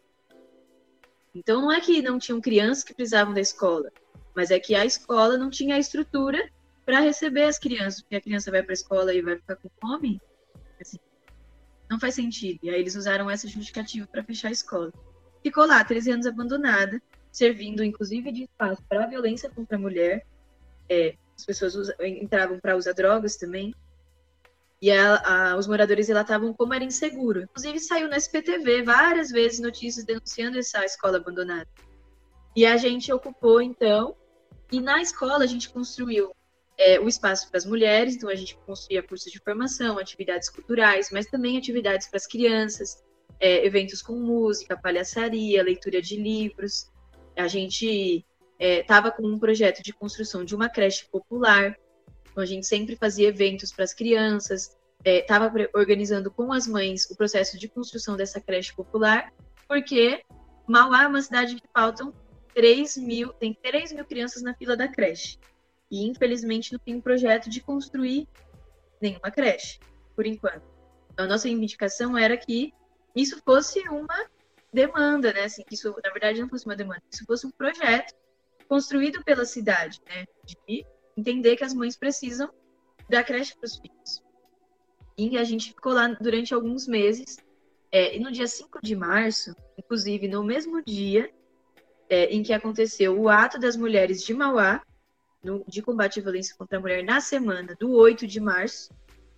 Então não é que não tinham crianças que precisavam da escola, mas é que a escola não tinha a estrutura para receber as crianças, porque a criança vai para a escola e vai ficar com fome. Assim, não faz sentido. E aí eles usaram essa justificativa para fechar a escola. Ficou lá, treze anos abandonada, servindo inclusive de espaço para a violência contra a mulher. É, as pessoas usa, entravam para usar drogas também. E a, a, os moradores relatavam como era inseguro. Inclusive saiu no S P T V várias vezes notícias denunciando essa escola abandonada. E a gente ocupou, então, e na escola a gente construiu é, o espaço para as mulheres, então a gente construía cursos de formação, atividades culturais, mas também atividades para as crianças, é, eventos com música, palhaçaria, leitura de livros. A gente estava é, com um projeto de construção de uma creche popular. Então, a gente sempre fazia eventos para as crianças, estava é, organizando com as mães o processo de construção dessa creche popular, porque Mauá é uma cidade que faltam três mil, tem três mil crianças na fila da creche. E, infelizmente, não tem um projeto de construir nenhuma creche, por enquanto. Então, a nossa reivindicação era que isso fosse uma demanda, né? Assim, que isso, na verdade, não fosse uma demanda, que isso fosse um projeto construído pela cidade, né? De entender que as mães precisam da creche para os filhos. E a gente ficou lá durante alguns meses. É, e no dia cinco de março, inclusive no mesmo dia é, em que aconteceu o ato das mulheres de Mauá, no, de combate à violência contra a mulher, na semana do oito de março,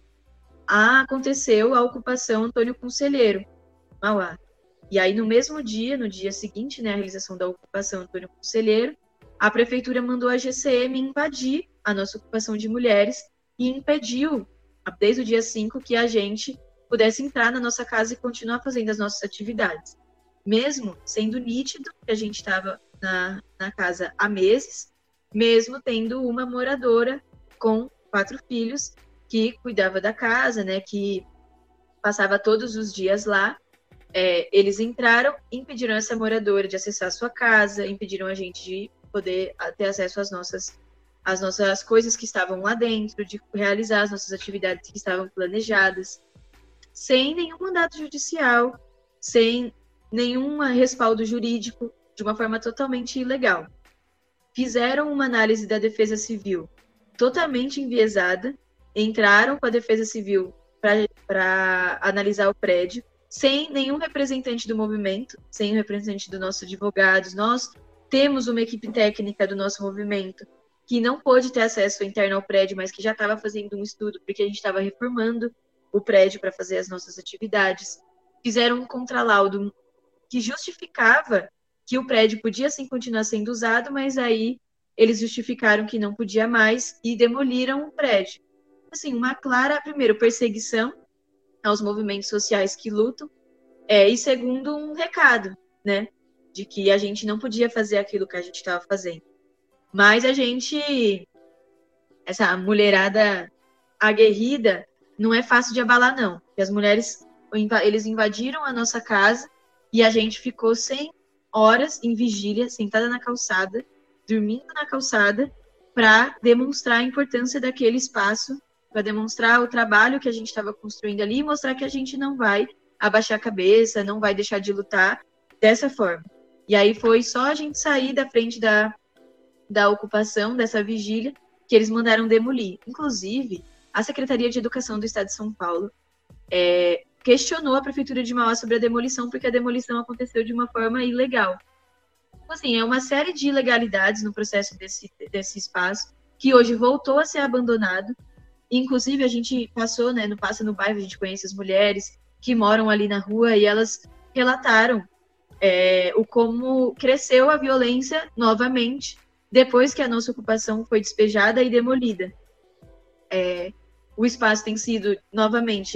a, aconteceu a ocupação Antônio Conselheiro, Mauá. E aí, no mesmo dia, no dia seguinte, né, a realização da ocupação Antônio Conselheiro, a prefeitura mandou a G C M invadir a nossa ocupação de mulheres e impediu, desde o dia cinco, que a gente pudesse entrar na nossa casa e continuar fazendo as nossas atividades. Mesmo sendo nítido que a gente estava na, na casa há meses, mesmo tendo uma moradora com quatro filhos que cuidava da casa, né, que passava todos os dias lá. É, eles entraram, impediram essa moradora de acessar a sua casa, impediram a gente de poder ter acesso às nossas, às nossas coisas que estavam lá dentro, de realizar as nossas atividades que estavam planejadas, sem nenhum mandato judicial, sem nenhum respaldo jurídico, de uma forma totalmente ilegal. Fizeram uma análise da Defesa Civil totalmente enviesada, entraram com a Defesa Civil para analisar o prédio, sem nenhum representante do movimento, sem o representante do nosso advogado. Nós temos uma equipe técnica do nosso movimento que não pôde ter acesso interno ao prédio, mas que já estava fazendo um estudo, porque a gente estava reformando o prédio para fazer as nossas atividades. Fizeram um contralaudo que justificava que o prédio podia sim continuar sendo usado, mas aí eles justificaram que não podia mais e demoliram o prédio. Assim, uma clara, primeiro, perseguição aos movimentos sociais que lutam, é, e segundo, um recado, né, de que a gente não podia fazer aquilo que a gente estava fazendo. Mas a gente, essa mulherada aguerrida, não é fácil de abalar, não. Porque as mulheres, eles invadiram a nossa casa e a gente ficou cem horas em vigília, sentada na calçada, dormindo na calçada, para demonstrar a importância daquele espaço, para demonstrar o trabalho que a gente estava construindo ali e mostrar que a gente não vai abaixar a cabeça, não vai deixar de lutar dessa forma. E aí foi só a gente sair da frente da, da ocupação, dessa vigília, que eles mandaram demolir. Inclusive, a Secretaria de Educação do Estado de São Paulo é, questionou a Prefeitura de Mauá sobre a demolição, porque a demolição aconteceu de uma forma ilegal. Então, assim, é uma série de ilegalidades no processo desse, desse espaço, que hoje voltou a ser abandonado. Inclusive, a gente passou, né, no Passa no Bairro, a gente conhece as mulheres que moram ali na rua e elas relataram é, o como cresceu a violência novamente depois que a nossa ocupação foi despejada e demolida. É, o espaço tem sido novamente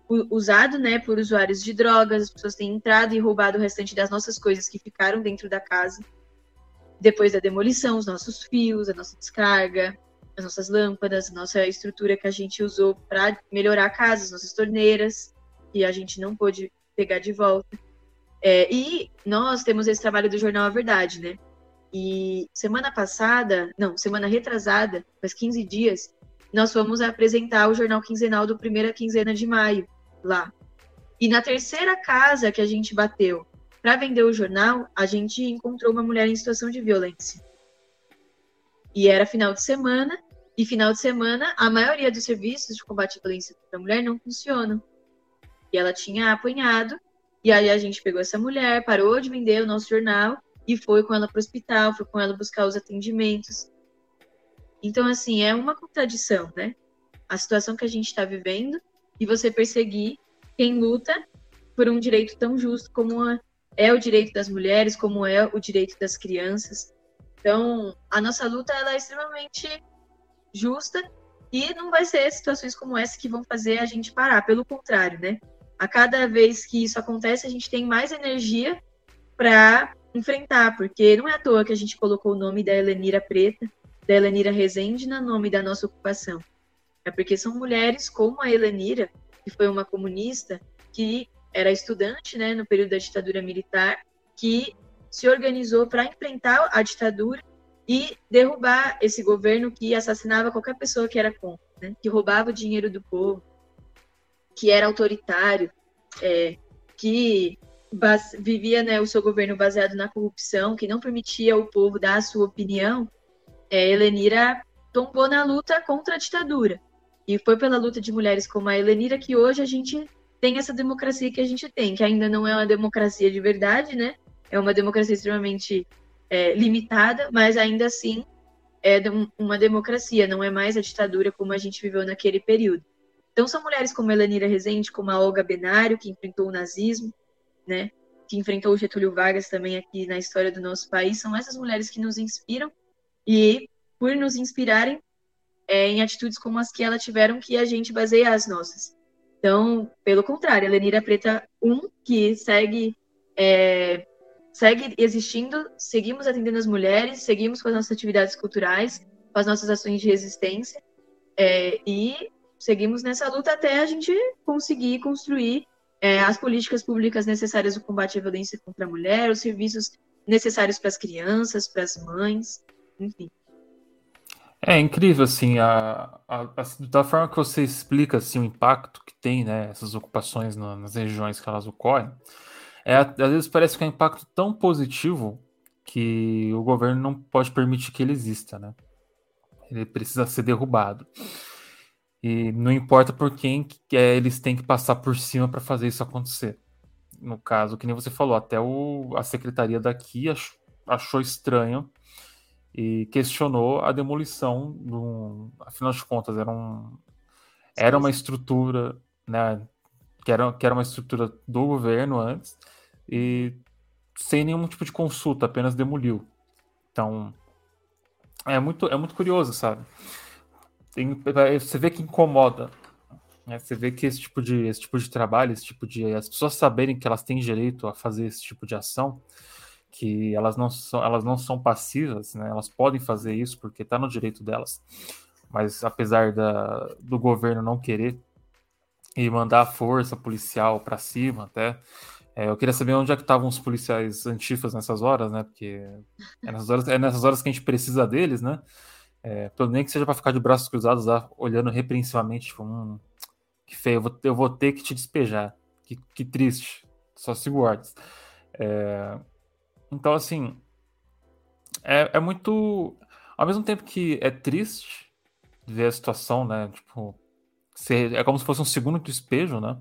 usado, né, por usuários de drogas, as pessoas têm entrado e roubado o restante das nossas coisas que ficaram dentro da casa. Depois da demolição, os nossos fios, a nossa descarga, as nossas lâmpadas, a nossa estrutura que a gente usou para melhorar a casa, as nossas torneiras, que a gente não pôde pegar de volta. É, e nós temos esse trabalho do jornal A Verdade, né? E semana passada, não, semana retrasada, faz quinze dias, nós fomos apresentar o jornal quinzenal do primeira quinzena de maio, lá. E na terceira casa que a gente bateu para vender o jornal, a gente encontrou uma mulher em situação de violência. E era final de semana, e final de semana, a maioria dos serviços de combate à violência contra a mulher não funcionam. E ela tinha apanhado, e aí a gente pegou essa mulher, parou de vender o nosso jornal, e foi com ela para o hospital, foi com ela buscar os atendimentos. Então, assim, é uma contradição, né? A situação que a gente está vivendo e você perseguir quem luta por um direito tão justo como é o direito das mulheres, como é o direito das crianças. Então, a nossa luta ela é extremamente justa e não vai ser situações como essa que vão fazer a gente parar. Pelo contrário, né? A cada vez que isso acontece, a gente tem mais energia para enfrentar, porque não é à toa que a gente colocou o nome da Helenira Preta, da Helenira Rezende, no nome da nossa ocupação. É porque são mulheres como a Helenira, que foi uma comunista, que era estudante, né, no período da ditadura militar, que se organizou para enfrentar a ditadura e derrubar esse governo que assassinava qualquer pessoa que era contra, né, que roubava o dinheiro do povo, que era autoritário, é, que base, vivia, né, o seu governo baseado na corrupção, que não permitia o povo dar a sua opinião. É, Helenira tombou na luta contra a ditadura. E foi pela luta de mulheres como a Helenira que hoje a gente tem essa democracia que a gente tem, que ainda não é uma democracia de verdade, né? É uma democracia extremamente é, limitada, mas ainda assim é uma democracia, não é mais a ditadura como a gente viveu naquele período. Então são mulheres como a Helenira Rezende, como a Olga Benário, que enfrentou o nazismo, né? Que enfrentou o Getúlio Vargas também aqui na história do nosso país. São essas mulheres que nos inspiram e por nos inspirarem é, em atitudes como as que elas tiveram, que a gente baseia as nossas. Então, pelo contrário, a Helenira Preta um, que segue, é, segue existindo, seguimos atendendo as mulheres, seguimos com as nossas atividades culturais, com as nossas ações de resistência, é, e seguimos nessa luta até a gente conseguir construir é, as políticas públicas necessárias no combate à violência contra a mulher, os serviços necessários para as crianças, para as mães, enfim. É incrível, assim, a, a, a, da forma que você explica assim, o impacto que tem, né, essas ocupações na, nas regiões que elas ocorrem, é, às vezes parece que é um impacto tão positivo que o governo não pode permitir que ele exista, né? Ele precisa ser derrubado. E não importa por quem que é, eles têm que passar por cima para fazer isso acontecer. No caso, que nem você falou, até o, a secretaria daqui achou, achou estranho e questionou a demolição do, afinal de contas era um era uma estrutura, né, que era, que era uma estrutura do governo antes e sem nenhum tipo de consulta, apenas demoliu. Então é muito é muito curioso, sabe? Tem, você vê que incomoda, né? Você vê que esse tipo de esse tipo de trabalho, esse tipo de as pessoas saberem que elas têm direito a fazer esse tipo de ação, que elas não são, elas não são passivas, né? Elas podem fazer isso porque está no direito delas, mas apesar da, do governo não querer e mandar a força policial para cima até, é, eu queria saber onde é que estavam os policiais antifas nessas horas, né? Porque é nessas horas, é nessas horas que a gente precisa deles, né? É, pelo nem que seja para ficar de braços cruzados lá, olhando repreensivamente, tipo, hum, que feio, eu vou, eu vou ter que te despejar, que, que triste, só se guardes. É, então, assim, é, é muito. Ao mesmo tempo que é triste ver a situação, né? Tipo, ser, é como se fosse um segundo despejo, né?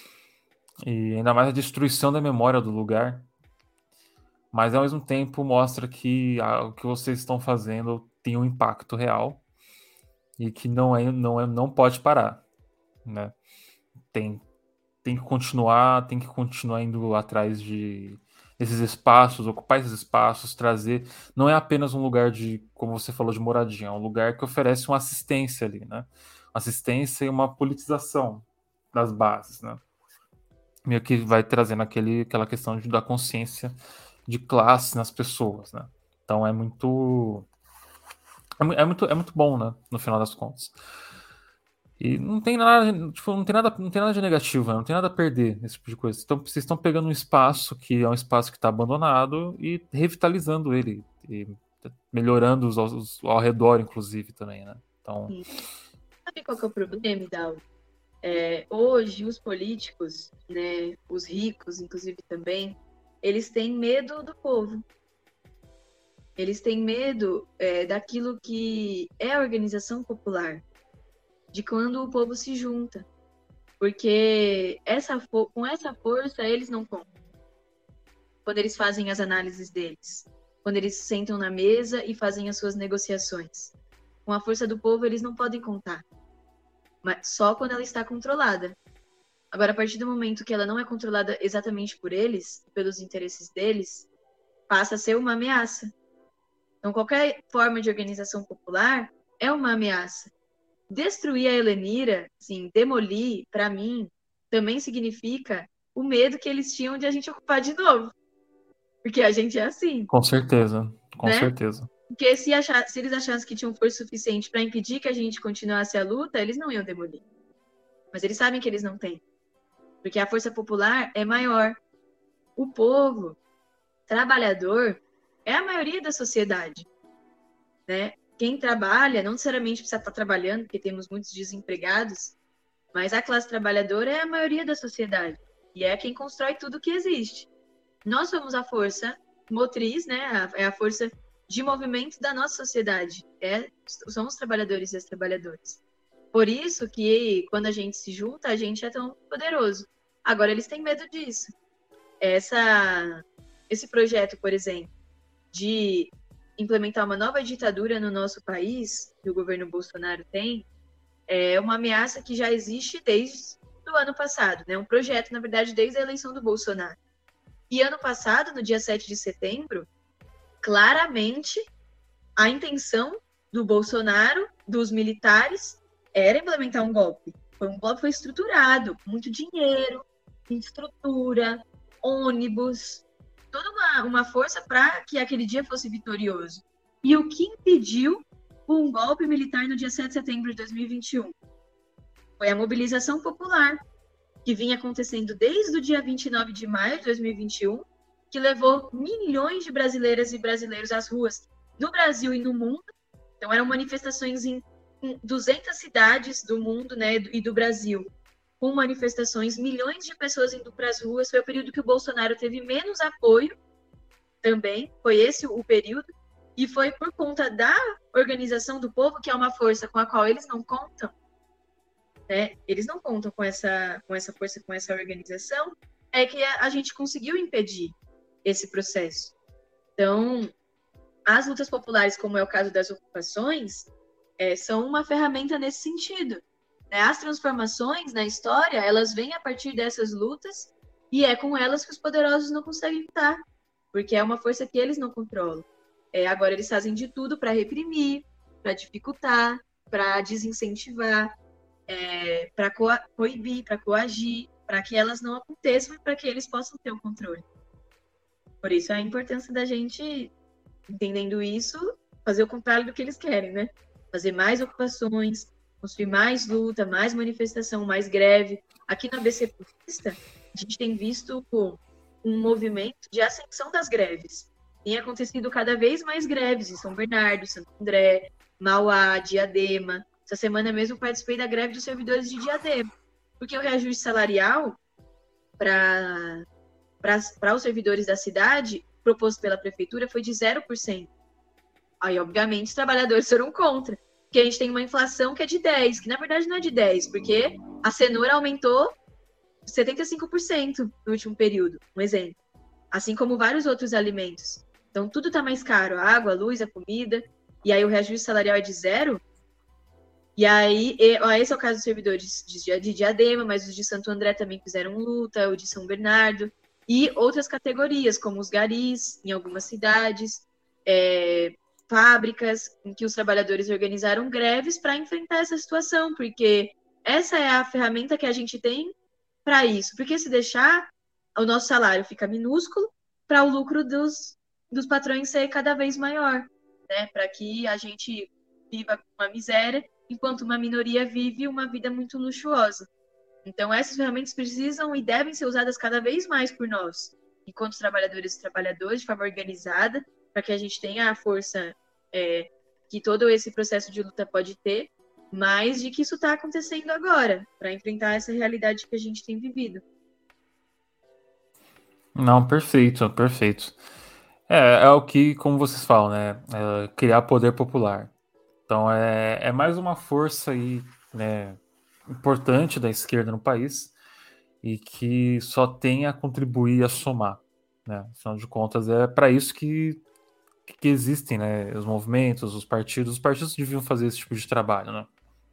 E ainda mais a destruição da memória do lugar. Mas ao mesmo tempo mostra que a, o que vocês estão fazendo tem um impacto real e que não é, não é, não pode parar, né? Tem, tem que continuar, tem que continuar indo atrás de esses espaços, ocupar esses espaços, trazer. Não é apenas um lugar de, como você falou, de moradia, é um lugar que oferece uma assistência ali, né? Assistência e uma politização. das bases, né? Meio que vai trazendo aquele, aquela questão de, da consciência de classe nas pessoas, né? Então é muito, é, é muito, é muito bom, né? No final das contas. E não tem nada, tipo, não tem nada, não tem nada de negativo, né? Não tem nada a perder esse tipo de coisa. Então vocês estão pegando um espaço que é um espaço que está abandonado e revitalizando ele, e melhorando os, os ao redor, inclusive, também, né? Então. Sim. Sabe qual que é o problema, Hidalgo? É, hoje os políticos, né, os ricos, inclusive também, eles têm medo do povo. Eles têm medo é, daquilo que é a organização popular, de quando o povo se junta. Porque essa, com essa força eles não contam. Quando eles fazem as análises deles, quando eles sentam na mesa e fazem as suas negociações. Com a força do povo eles não podem contar. Mas só quando ela está controlada. Agora, a partir do momento que ela não é controlada exatamente por eles, pelos interesses deles, passa a ser uma ameaça. Então, qualquer forma de organização popular é uma ameaça. Destruir a Helenira, assim, demolir, para mim, também significa o medo que eles tinham de a gente ocupar de novo. Porque a gente é assim. Com certeza, com né? certeza. Porque se, achar, se eles achassem que tinham força suficiente para impedir que a gente continuasse a luta, eles não iam demolir. Mas eles sabem que eles não têm. Porque a força popular é maior. O povo trabalhador é a maioria da sociedade. Né? Quem trabalha não necessariamente precisa estar trabalhando, porque temos muitos desempregados, mas a classe trabalhadora é a maioria da sociedade. E é quem constrói tudo que existe. Nós somos a força motriz, né? É a força de movimento da nossa sociedade. É, somos os trabalhadores e as trabalhadoras. Por isso que, quando a gente se junta, a gente é tão poderoso. Agora, eles têm medo disso. Essa, esse projeto, por exemplo, de implementar uma nova ditadura no nosso país, que o governo Bolsonaro tem, é uma ameaça que já existe desde o ano passado, né? Um projeto, na verdade, desde a eleição do Bolsonaro. E ano passado, no dia sete de setembro, claramente a intenção do Bolsonaro, dos militares, era implementar um golpe. Foi um golpe foi estruturado, com muito dinheiro, estrutura, ônibus, toda uma, uma força para que aquele dia fosse vitorioso. E o que impediu um golpe militar no dia sete de setembro de dois mil e vinte e um? Foi a mobilização popular, que vinha acontecendo desde o dia vinte e nove de maio de dois mil e vinte e um, que levou milhões de brasileiras e brasileiros às ruas no Brasil e no mundo. Então, eram manifestações em duzentas cidades do mundo, né, e do Brasil, com manifestações, milhões de pessoas indo para as ruas. Foi o período que o Bolsonaro teve menos apoio também, foi esse o período, e foi por conta da organização do povo, que é uma força com a qual eles não contam, né? Eles não contam com essa, com essa força, com essa organização, é que a, a gente conseguiu impedir esse processo. Então, as lutas populares, como é o caso das ocupações, é, são uma ferramenta nesse sentido. Né? As transformações na história, elas vêm a partir dessas lutas, e é com elas que os poderosos não conseguem lutar, porque é uma força que eles não controlam. É, agora, eles fazem de tudo para reprimir, para dificultar, para desincentivar, é, para co- coibir, para coagir, para que elas não aconteçam e para que eles possam ter o controle. Por isso, a importância da gente, entendendo isso, fazer o contrário do que eles querem, né? Fazer mais ocupações, construir mais luta, mais manifestação, mais greve. Aqui na A B C Paulista, a gente tem visto um movimento de ascensão das greves. Tem acontecido cada vez mais greves em São Bernardo, Santo André, Mauá, Diadema. Essa semana mesmo participei da greve dos servidores de Diadema, porque o reajuste salarial para para os servidores da cidade, proposto pela prefeitura, foi de zero por cento. Aí, obviamente, os trabalhadores foram contra, porque a gente tem uma inflação que é de dez por cento, que na verdade não é de dez por cento, porque a cenoura aumentou setenta e cinco por cento no último período, um exemplo. Assim como vários outros alimentos. Então, tudo está mais caro, a água, a luz, a comida, e aí o reajuste salarial é de zero. E aí, e, ó, esse é o caso dos servidores de, de Diadema, mas os de Santo André também fizeram luta, o de São Bernardo, e outras categorias, como os garis, em algumas cidades, é, fábricas em que os trabalhadores organizaram greves para enfrentar essa situação, porque essa é a ferramenta que a gente tem para isso. Porque se deixar, o nosso salário fica minúsculo para o lucro dos, dos patrões ser cada vez maior, né? Para que a gente viva com uma miséria, enquanto uma minoria vive uma vida muito luxuosa. Então, essas ferramentas precisam e devem ser usadas cada vez mais por nós, enquanto trabalhadores e trabalhadoras, de forma organizada, para que a gente tenha a força é, que todo esse processo de luta pode ter, mas de que isso está acontecendo agora, para enfrentar essa realidade que a gente tem vivido. Não, perfeito, perfeito. É, é o que, como vocês falam, né? É criar poder popular. Então é, é mais uma força aí, né, importante da esquerda no país e que só tem a contribuir a somar, né? Afinal de contas, é para isso que, que existem, né? Os movimentos, os partidos. Os partidos deviam fazer esse tipo de trabalho, né?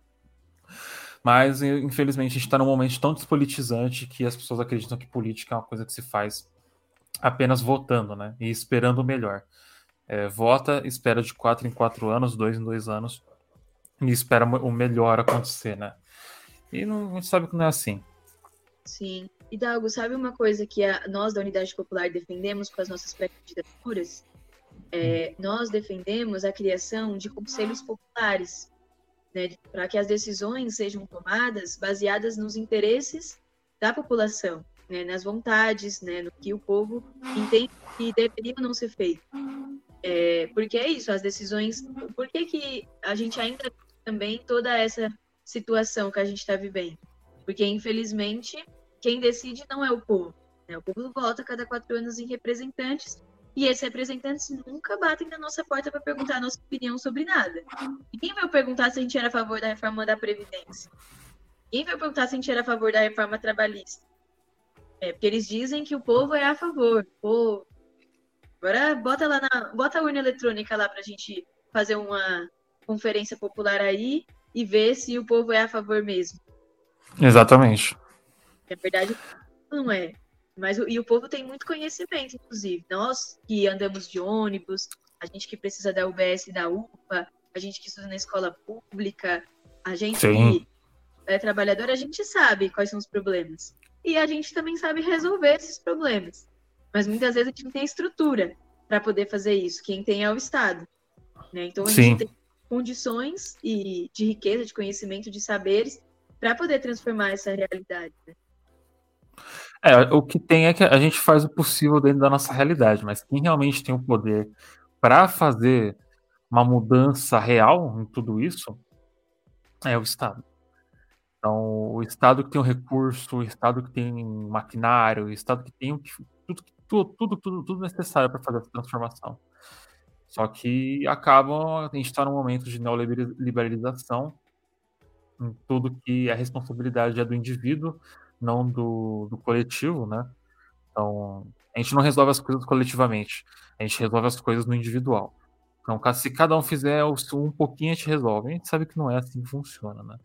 Mas, infelizmente, a gente está num momento tão despolitizante que as pessoas acreditam que política é uma coisa que se faz apenas votando, né? E esperando o melhor. É, vota, espera de quatro em quatro anos, dois em dois anos, e espera o melhor acontecer, né? E não, a gente sabe que não é assim. Sim. Hidalgo, sabe uma coisa que a, nós da Unidade Popular defendemos com as nossas pré-candidaturas? É, nós defendemos a criação de conselhos populares, né, para que as decisões sejam tomadas baseadas nos interesses da população, né, nas vontades, né, no que o povo entende que deveria não ser feito. É, porque é isso, as decisões... Por que, que a gente ainda tem também toda essa situação que a gente está vivendo? Porque, infelizmente, quem decide não é o povo, né? O povo vota a cada quatro anos em representantes e esses representantes nunca batem na nossa porta para perguntar a nossa opinião sobre nada. Ninguém vai perguntar se a gente era a favor da reforma da Previdência. Ninguém vai perguntar se a gente era a favor da reforma trabalhista. É, porque eles dizem que o povo é a favor. Pô, agora bota lá na, bota a urna eletrônica lá para a gente fazer uma conferência popular aí e ver se o povo é a favor mesmo. Exatamente. Na verdade, não é. Mas, e o povo tem muito conhecimento, inclusive. Nós que andamos de ônibus, a gente que precisa da U B S e da U P A, a gente que estuda na escola pública, a gente Sim. que é trabalhador, a gente sabe quais são os problemas. E a gente também sabe resolver esses problemas. Mas muitas vezes a gente não tem estrutura para poder fazer isso. Quem tem é o Estado. Né? Então a Sim. gente tem condições e de riqueza, de conhecimento, de saberes para poder transformar essa realidade. Né? É, o que tem é que a gente faz o possível dentro da nossa realidade, mas quem realmente tem o poder para fazer uma mudança real em tudo isso é o Estado. Então, o Estado que tem o recurso, o Estado que tem maquinário, o Estado que tem tudo, tudo, tudo, tudo, tudo necessário para fazer essa transformação. Só que acabam, a gente está num momento de neoliberalização em tudo que a responsabilidade é do indivíduo, não do, do coletivo, né? Então, a gente não resolve as coisas coletivamente, a gente resolve as coisas no individual. Então, se cada um fizer um pouquinho, a gente resolve. A gente sabe que não é assim que funciona, né?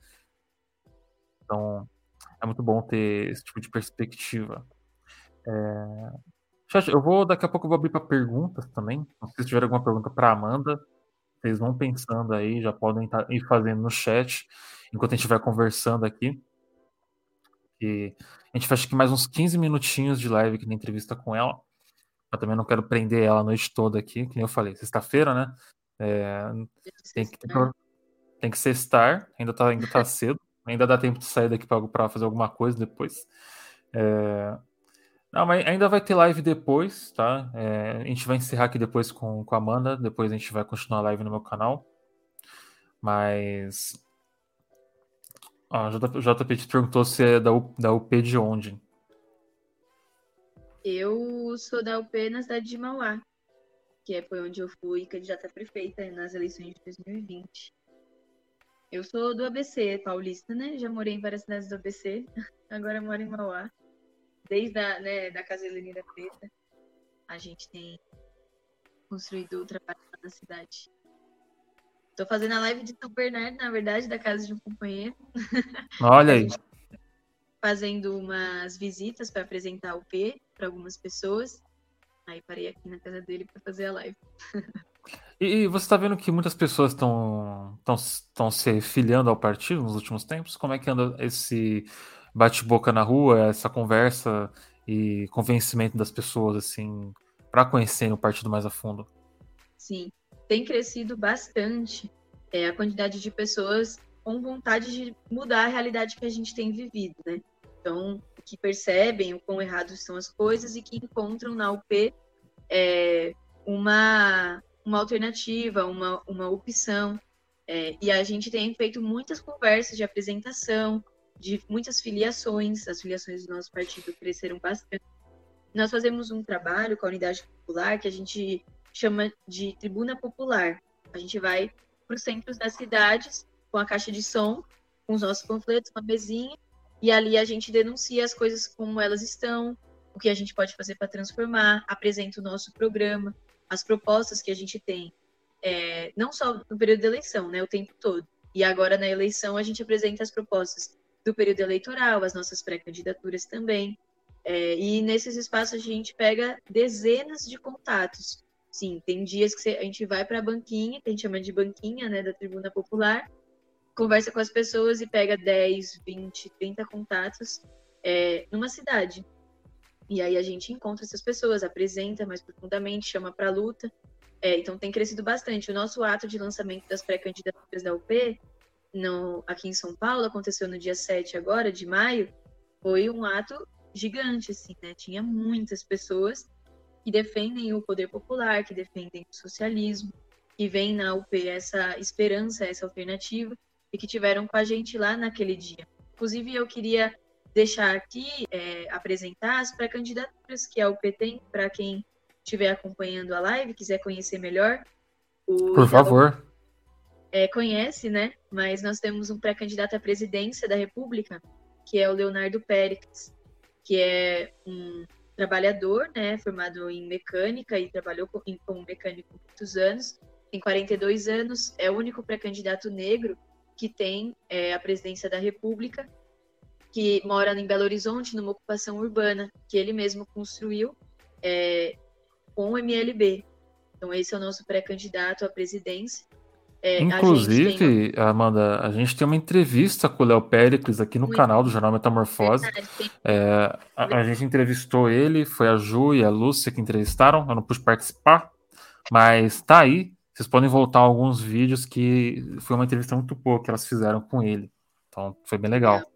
Então, é muito bom ter esse tipo de perspectiva. É... Chat, eu vou, daqui a pouco eu vou abrir para perguntas também. Não sei se tiver alguma pergunta para Amanda. Vocês vão pensando aí, já podem ir fazendo no chat, enquanto a gente vai conversando aqui. E a gente faz acho que mais uns quinze minutinhos de live aqui na entrevista com ela. Eu também não quero prender ela a noite toda aqui, que nem eu falei, sexta-feira, né? É, tem, que, tem que sextar, ainda tá, ainda tá cedo, ainda dá tempo de sair daqui para fazer alguma coisa depois. É, não, mas ainda vai ter live depois, tá? É, a gente vai encerrar aqui depois com, com a Amanda, depois a gente vai continuar a live no meu canal. Mas. Ó, o J P te perguntou se é da, U, da U P de onde? Eu sou da U P na cidade de Mauá, que foi onde eu fui candidata a prefeita nas eleições de dois mil e vinte. Eu sou do A B C, paulista, né? Já morei em várias cidades do A B C, agora moro em Mauá. Desde a né, da Casa Helenira Preta, a gente tem construído o trabalho na cidade. Tô fazendo a live de São Bernardo, na verdade, da casa de um companheiro. Olha aí. Fazendo umas visitas para apresentar o P para algumas pessoas. Aí parei aqui na casa dele para fazer a live. E, e você está vendo que muitas pessoas estão estão se filiando ao partido nos últimos tempos? Como é que anda esse bate-boca na rua, essa conversa e convencimento das pessoas assim para conhecerem o partido mais a fundo? Sim, tem crescido bastante é, a quantidade de pessoas com vontade de mudar a realidade que a gente tem vivido, né? Então, que percebem o quão errados são as coisas e que encontram na U P é, uma, uma alternativa, uma, uma opção. É, e a gente tem feito muitas conversas de apresentação, de muitas filiações, as filiações do nosso partido cresceram bastante. Nós fazemos um trabalho com a Unidade Popular que a gente chama de Tribuna Popular. A gente vai para os centros das cidades com a caixa de som, com os nossos panfletos, uma mesinha, e ali a gente denuncia as coisas como elas estão, o que a gente pode fazer para transformar, apresenta o nosso programa, as propostas que a gente tem, é, não só no período de eleição, né, o tempo todo. E agora na eleição a gente apresenta as propostas do período eleitoral, as nossas pré-candidaturas também. É, e nesses espaços a gente pega dezenas de contatos. Sim, tem dias que a gente vai para a banquinha, que a gente chama de banquinha, né, da Tribuna Popular, conversa com as pessoas e pega dez, vinte, trinta contatos é, numa cidade. E aí a gente encontra essas pessoas, apresenta mais profundamente, chama para a luta. É, então tem crescido bastante. O nosso ato de lançamento das pré-candidaturas da U P, no, aqui em São Paulo, aconteceu no dia sete agora, de maio, foi um ato gigante, assim, né? Tinha muitas pessoas que defendem o poder popular, que defendem o socialismo, que veem na U P essa esperança, essa alternativa, e que tiveram com a gente lá naquele dia. Inclusive, eu queria deixar aqui, é, apresentar as pré-candidaturas que a U P tem, para quem estiver acompanhando a live, quiser conhecer melhor. O Por Ida favor. É, conhece, né? Mas nós temos um pré-candidato à presidência da República, que é o Leonardo Péricles, que é um trabalhador, né, formado em mecânica e trabalhou como mecânico por muitos anos, tem quarenta e dois anos, é o único pré-candidato negro que tem é, a presidência da República, que mora em Belo Horizonte, numa ocupação urbana, que ele mesmo construiu é, com o M L B. Então, esse é o nosso pré-candidato à presidência. É, a gente tem uma... Inclusive, Amanda, a gente tem uma entrevista com o Léo Péricles aqui no canal do Jornal Metamorfose. Verdade, tem... É, a, a gente entrevistou ele, foi a Ju e a Lúcia que entrevistaram, eu não pude participar, mas tá aí. Vocês podem voltar a alguns vídeos que foi uma entrevista muito boa que elas fizeram com ele. Então, foi bem legal.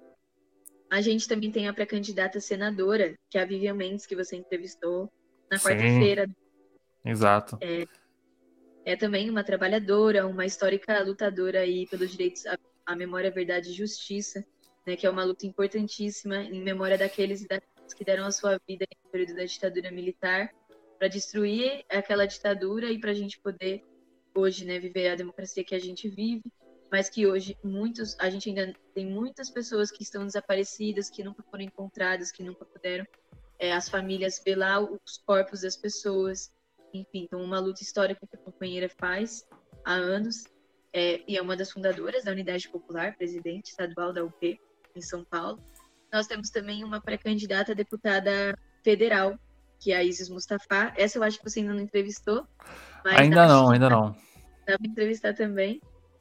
A gente também tem a pré-candidata senadora, que é a Vivian Mendes, que você entrevistou na Sim, quarta-feira. exato. É, é também uma trabalhadora, uma histórica lutadora aí pelos direitos à, à memória, verdade e justiça, né, que é uma luta importantíssima em memória daqueles e daquelas que deram a sua vida no período da ditadura militar para destruir aquela ditadura e para a gente poder hoje, né, viver a democracia que a gente vive, mas que hoje muitos, a gente ainda tem muitas pessoas que estão desaparecidas, que nunca foram encontradas, que nunca puderam, é, as famílias ver lá os corpos das pessoas, enfim, então uma luta histórica que a companheira faz há anos, é, e é uma das fundadoras da Unidade Popular, presidente estadual da U P em São Paulo. Nós temos também uma pré-candidata a deputada federal, que é a Isis Mustafa. Essa eu acho que você ainda não entrevistou, mas ainda não, ainda não. Dá para entrevistar também.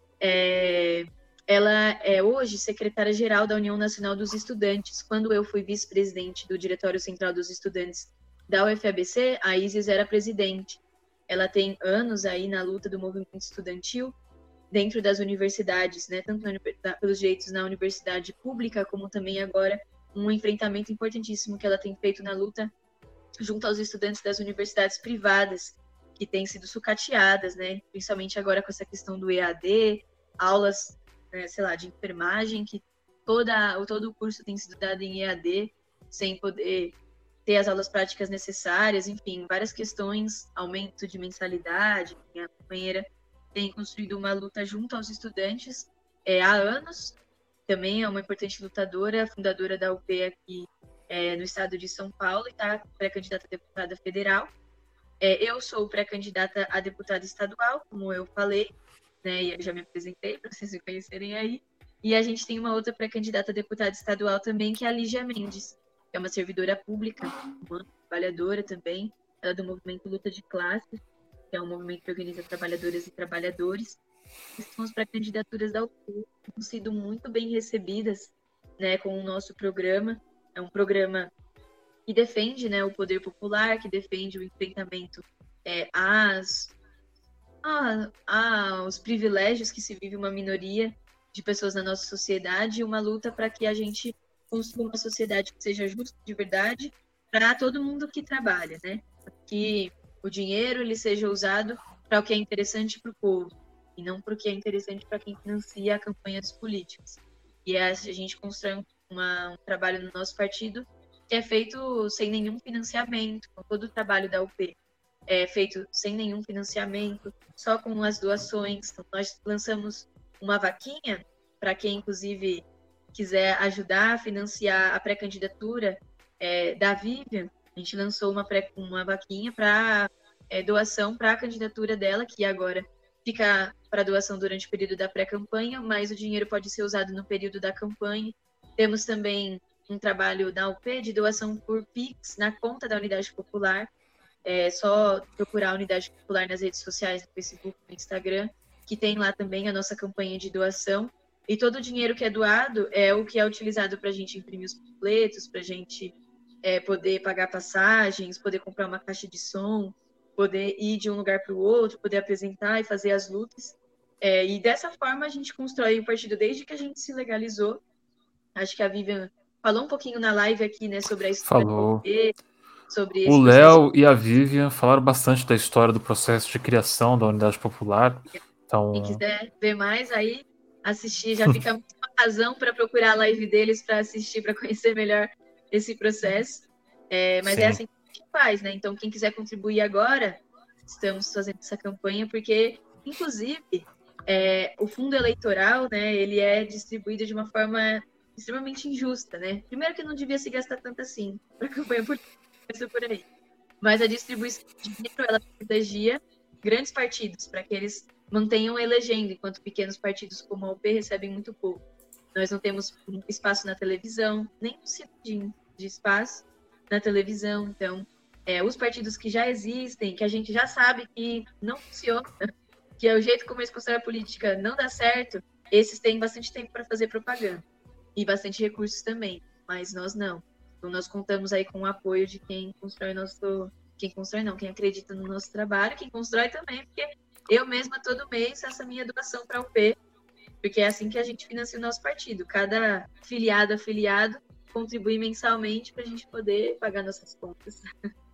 É, ela é hoje secretária-geral da União Nacional dos Estudantes. Quando eu fui vice-presidente do Diretório Central dos Estudantes da U F A B C, a Isis era presidente. Ela tem anos aí na luta do movimento estudantil dentro das universidades, né, tanto na, pelos direitos na universidade pública, como também agora um enfrentamento importantíssimo que ela tem feito na luta junto aos estudantes das universidades privadas, que têm sido sucateadas, né, principalmente agora com essa questão do E A D, aulas, né, sei lá, de enfermagem, que toda, todo o curso tem sido dado em E A D, sem poder ter as aulas práticas necessárias, enfim, várias questões, aumento de mensalidade. A companheira tem construído uma luta junto aos estudantes é, há anos, também é uma importante lutadora, fundadora da U P aqui é, no estado de São Paulo, e está pré-candidata a deputada federal. É, eu sou pré-candidata a deputada estadual, como eu falei, né, e eu já me apresentei para vocês me conhecerem aí, e a gente tem uma outra pré-candidata a deputada estadual também, que é a Lígia Mendes, que é uma servidora pública, uma trabalhadora também, ela é do movimento Luta de Classe, que é um movimento que organiza trabalhadoras e trabalhadores. As pré-candidaturas da U P têm sido muito bem recebidas, né, com o nosso programa. É um programa que defende, né, o poder popular, que defende o enfrentamento é, às, a, aos privilégios que se vive uma minoria de pessoas na nossa sociedade, e uma luta para que a gente construa uma sociedade que seja justa de verdade para todo mundo que trabalha, né? Que o dinheiro ele seja usado para o que é interessante para o povo, e não para o que é interessante para quem financia a campanha dos políticos. E a, a gente constrói uma, um trabalho no nosso partido que é feito sem nenhum financiamento, com todo o trabalho da U P é feito sem nenhum financiamento, só com as doações. Então, nós lançamos uma vaquinha para quem, inclusive, quiser ajudar a financiar a pré-candidatura é, da Vivian. A gente lançou uma, pré, uma vaquinha para é, doação para a candidatura dela, que agora fica para doação durante o período da pré-campanha, mas o dinheiro pode ser usado no período da campanha. Temos também um trabalho da U P de doação por Pix na conta da Unidade Popular. É só procurar a Unidade Popular nas redes sociais, no Facebook, no Instagram, que tem lá também a nossa campanha de doação. E todo o dinheiro que é doado é o que é utilizado para a gente imprimir os panfletos, para a gente é, poder pagar passagens, poder comprar uma caixa de som, poder ir de um lugar para o outro, poder apresentar e fazer as lutas. É, e dessa forma a gente constrói o partido desde que a gente se legalizou. Acho que a Vivian falou um pouquinho na live aqui, né, sobre a história do Falou. U P, sobre O esse processo. Léo e a Vivian falaram bastante da história do processo de criação da Unidade Popular. Então, quem quiser ver mais, aí assistir, já fica uma razão para procurar a live deles para assistir, para conhecer melhor esse processo. É, mas sim. é assim que a gente faz, né? Então, quem quiser contribuir agora, estamos fazendo essa campanha, porque, inclusive, é, o fundo eleitoral, né, ele é distribuído de uma forma extremamente injusta, né? Primeiro que não devia se gastar tanto assim para a campanha política, por aí. Mas a distribuição de dinheiro, ela privilegia grandes partidos, para que eles mantenham elegendo, enquanto pequenos partidos como a U P recebem muito pouco. Nós não temos espaço na televisão, nem um segundinho de espaço na televisão. Então, é, os partidos que já existem, que a gente já sabe que não funciona, que é o jeito como eles constroem a política não dá certo, esses têm bastante tempo para fazer propaganda e bastante recursos também, mas nós não. Então, nós contamos aí com o apoio de quem constrói nosso... Quem constrói não, quem acredita no nosso trabalho, quem constrói também, porque eu mesma, todo mês, faço a minha doação para a U P, porque é assim que a gente financia o nosso partido. Cada filiado, afiliado, contribui mensalmente para a gente poder pagar nossas contas.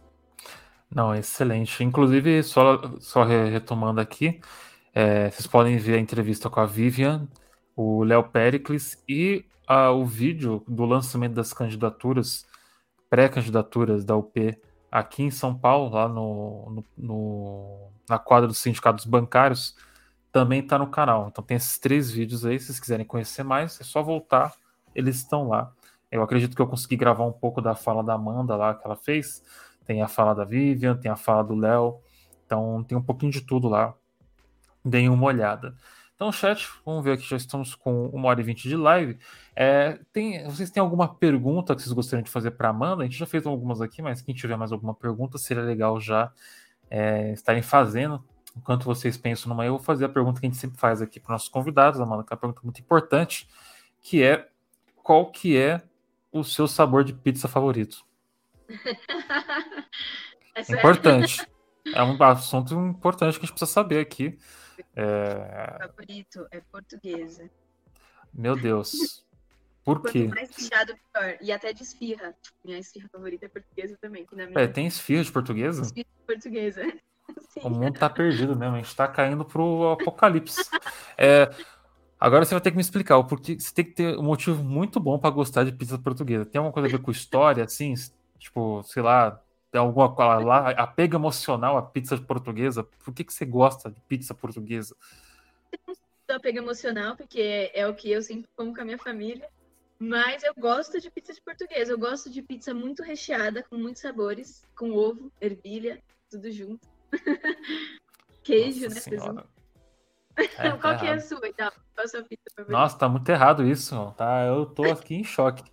Não, excelente. Inclusive, só, só retomando aqui, é, vocês podem ver a entrevista com a Vivian, o Léo Pericles e a, o vídeo do lançamento das candidaturas, pré-candidaturas da U P aqui em São Paulo, lá no, no, no na quadra dos sindicatos bancários, também está no canal. Então tem esses três vídeos aí, se vocês quiserem conhecer mais, é só voltar, eles estão lá. Eu acredito que eu consegui gravar um pouco da fala da Amanda lá que ela fez, tem a fala da Vivian, tem a fala do Léo, então tem um pouquinho de tudo lá, deem uma olhada. Então, chat, vamos ver aqui, já estamos com uma hora e vinte de live. É, tem, vocês têm alguma pergunta que vocês gostariam de fazer para a Amanda? A gente já fez algumas aqui, mas quem tiver mais alguma pergunta, seria legal já é, estarem fazendo. Enquanto vocês pensam numa, eu vou fazer a pergunta que a gente sempre faz aqui para nossos convidados, Amanda, que é uma pergunta muito importante, que é qual que é o seu sabor de pizza favorito? Essa Importante. É um assunto importante que a gente precisa saber aqui. É... favorito é portuguesa. Meu Deus. Por Quanto quê? mais recheado, pior. E até de esfirra. Minha esfirra favorita é portuguesa também. Que na minha... É, tem esfirra de portuguesa? Esfirra de portuguesa. Sim. O mundo tá perdido mesmo, a gente tá caindo pro apocalipse. É, agora você vai ter que me explicar o porquê. Você tem que ter um motivo muito bom pra gostar de pizza portuguesa. Tem alguma coisa a ver com história, assim? Tipo, sei lá, tem alguma coisa lá, apego emocional à pizza portuguesa? Por que, que você gosta de pizza portuguesa? Apego emocional, porque é, é o que eu sempre como com a minha família. Mas eu gosto de pizza de portuguesa. Eu gosto de pizza muito recheada, com muitos sabores, com ovo, ervilha, tudo junto. Queijo, Nossa né? senhora. É, É, qual tá que é a errado. sua, então? Qual a sua pizza favorita? Nossa, tá muito errado isso, tá? Eu tô aqui em choque.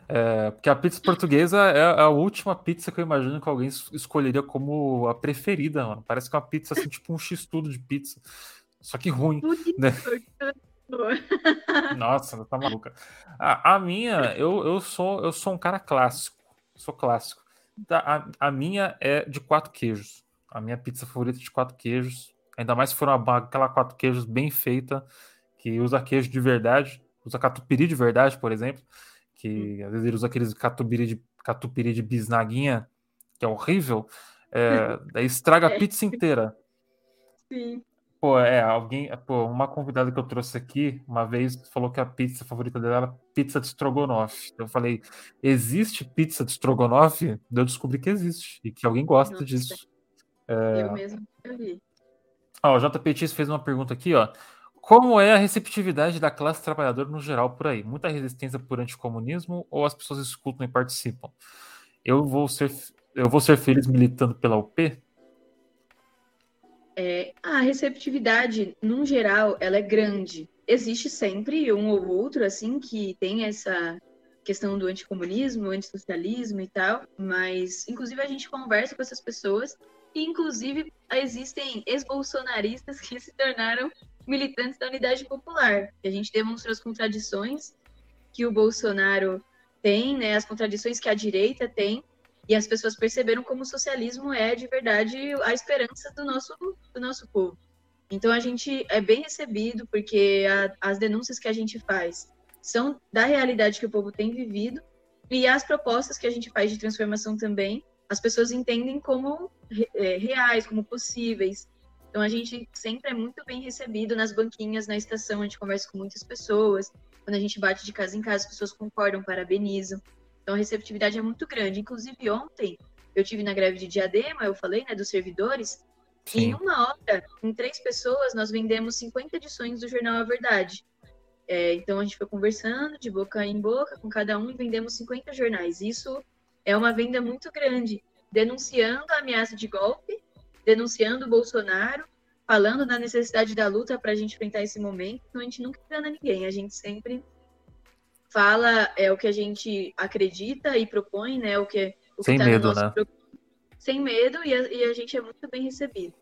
É, porque a pizza portuguesa é a última pizza que eu imagino que alguém es- escolheria como a preferida, mano. Parece que é uma pizza assim, tipo um x-tudo de pizza. Só que ruim, Por isso, né? boa. Nossa, tá maluca. A, a minha, eu, eu sou eu sou um cara clássico. Sou clássico. Tá, A, a minha é de quatro queijos. A minha pizza favorita é de quatro queijos. Ainda mais se for uma, aquela quatro queijos bem feita, que usa queijo de verdade, usa catupiry de verdade, por exemplo. Que às vezes ele usa aqueles catupiry de, catupiry de bisnaguinha, que é horrível. É, daí estraga a É, pizza inteira. sim. Pô, é, alguém, pô, uma convidada que eu trouxe aqui, uma vez falou que a pizza favorita dela era pizza de estrogonofe. Eu falei, existe pizza de estrogonofe? Daí eu descobri que existe e que alguém gosta Nossa, disso. eu mesmo nunca vi. Ó, o J P T fez uma pergunta aqui, ó. Como é a receptividade da classe trabalhadora no geral por aí? Muita resistência por anticomunismo ou as pessoas escutam e participam? Eu vou ser, eu vou ser feliz militando pela U P? É, a receptividade, num geral, ela é grande. Existe sempre um ou outro, assim, que tem essa questão do anticomunismo, antissocialismo e tal, mas, inclusive, a gente conversa com essas pessoas e, inclusive, existem ex-bolsonaristas que se tornaram militantes da Unidade Popular. A gente demonstra as contradições que o Bolsonaro tem, né, as contradições que a direita tem, e as pessoas perceberam como o socialismo é de verdade a esperança do nosso, do nosso povo. Então a gente é bem recebido porque a, as denúncias que a gente faz são da realidade que o povo tem vivido e as propostas que a gente faz de transformação também, as pessoas entendem como é, reais, como possíveis. Então a gente sempre é muito bem recebido nas banquinhas, na estação, a gente conversa com muitas pessoas. Quando a gente bate de casa em casa, as pessoas concordam, parabenizam. Então a receptividade é muito grande. Inclusive ontem eu tive na greve de Diadema, eu falei, né, dos servidores, e em Sim. uma hora, em três pessoas, nós vendemos cinquenta edições do jornal A Verdade. É, então a gente foi conversando de boca em boca com cada um e vendemos cinquenta jornais. Isso é uma venda muito grande, denunciando a ameaça de golpe, denunciando o Bolsonaro, falando da necessidade da luta para a gente enfrentar esse momento. Então a gente nunca engana ninguém, a gente sempre fala é o que a gente acredita e propõe, né? O que o que Sem está no medo, nosso né? sem medo e a, e a gente é muito bem recebido.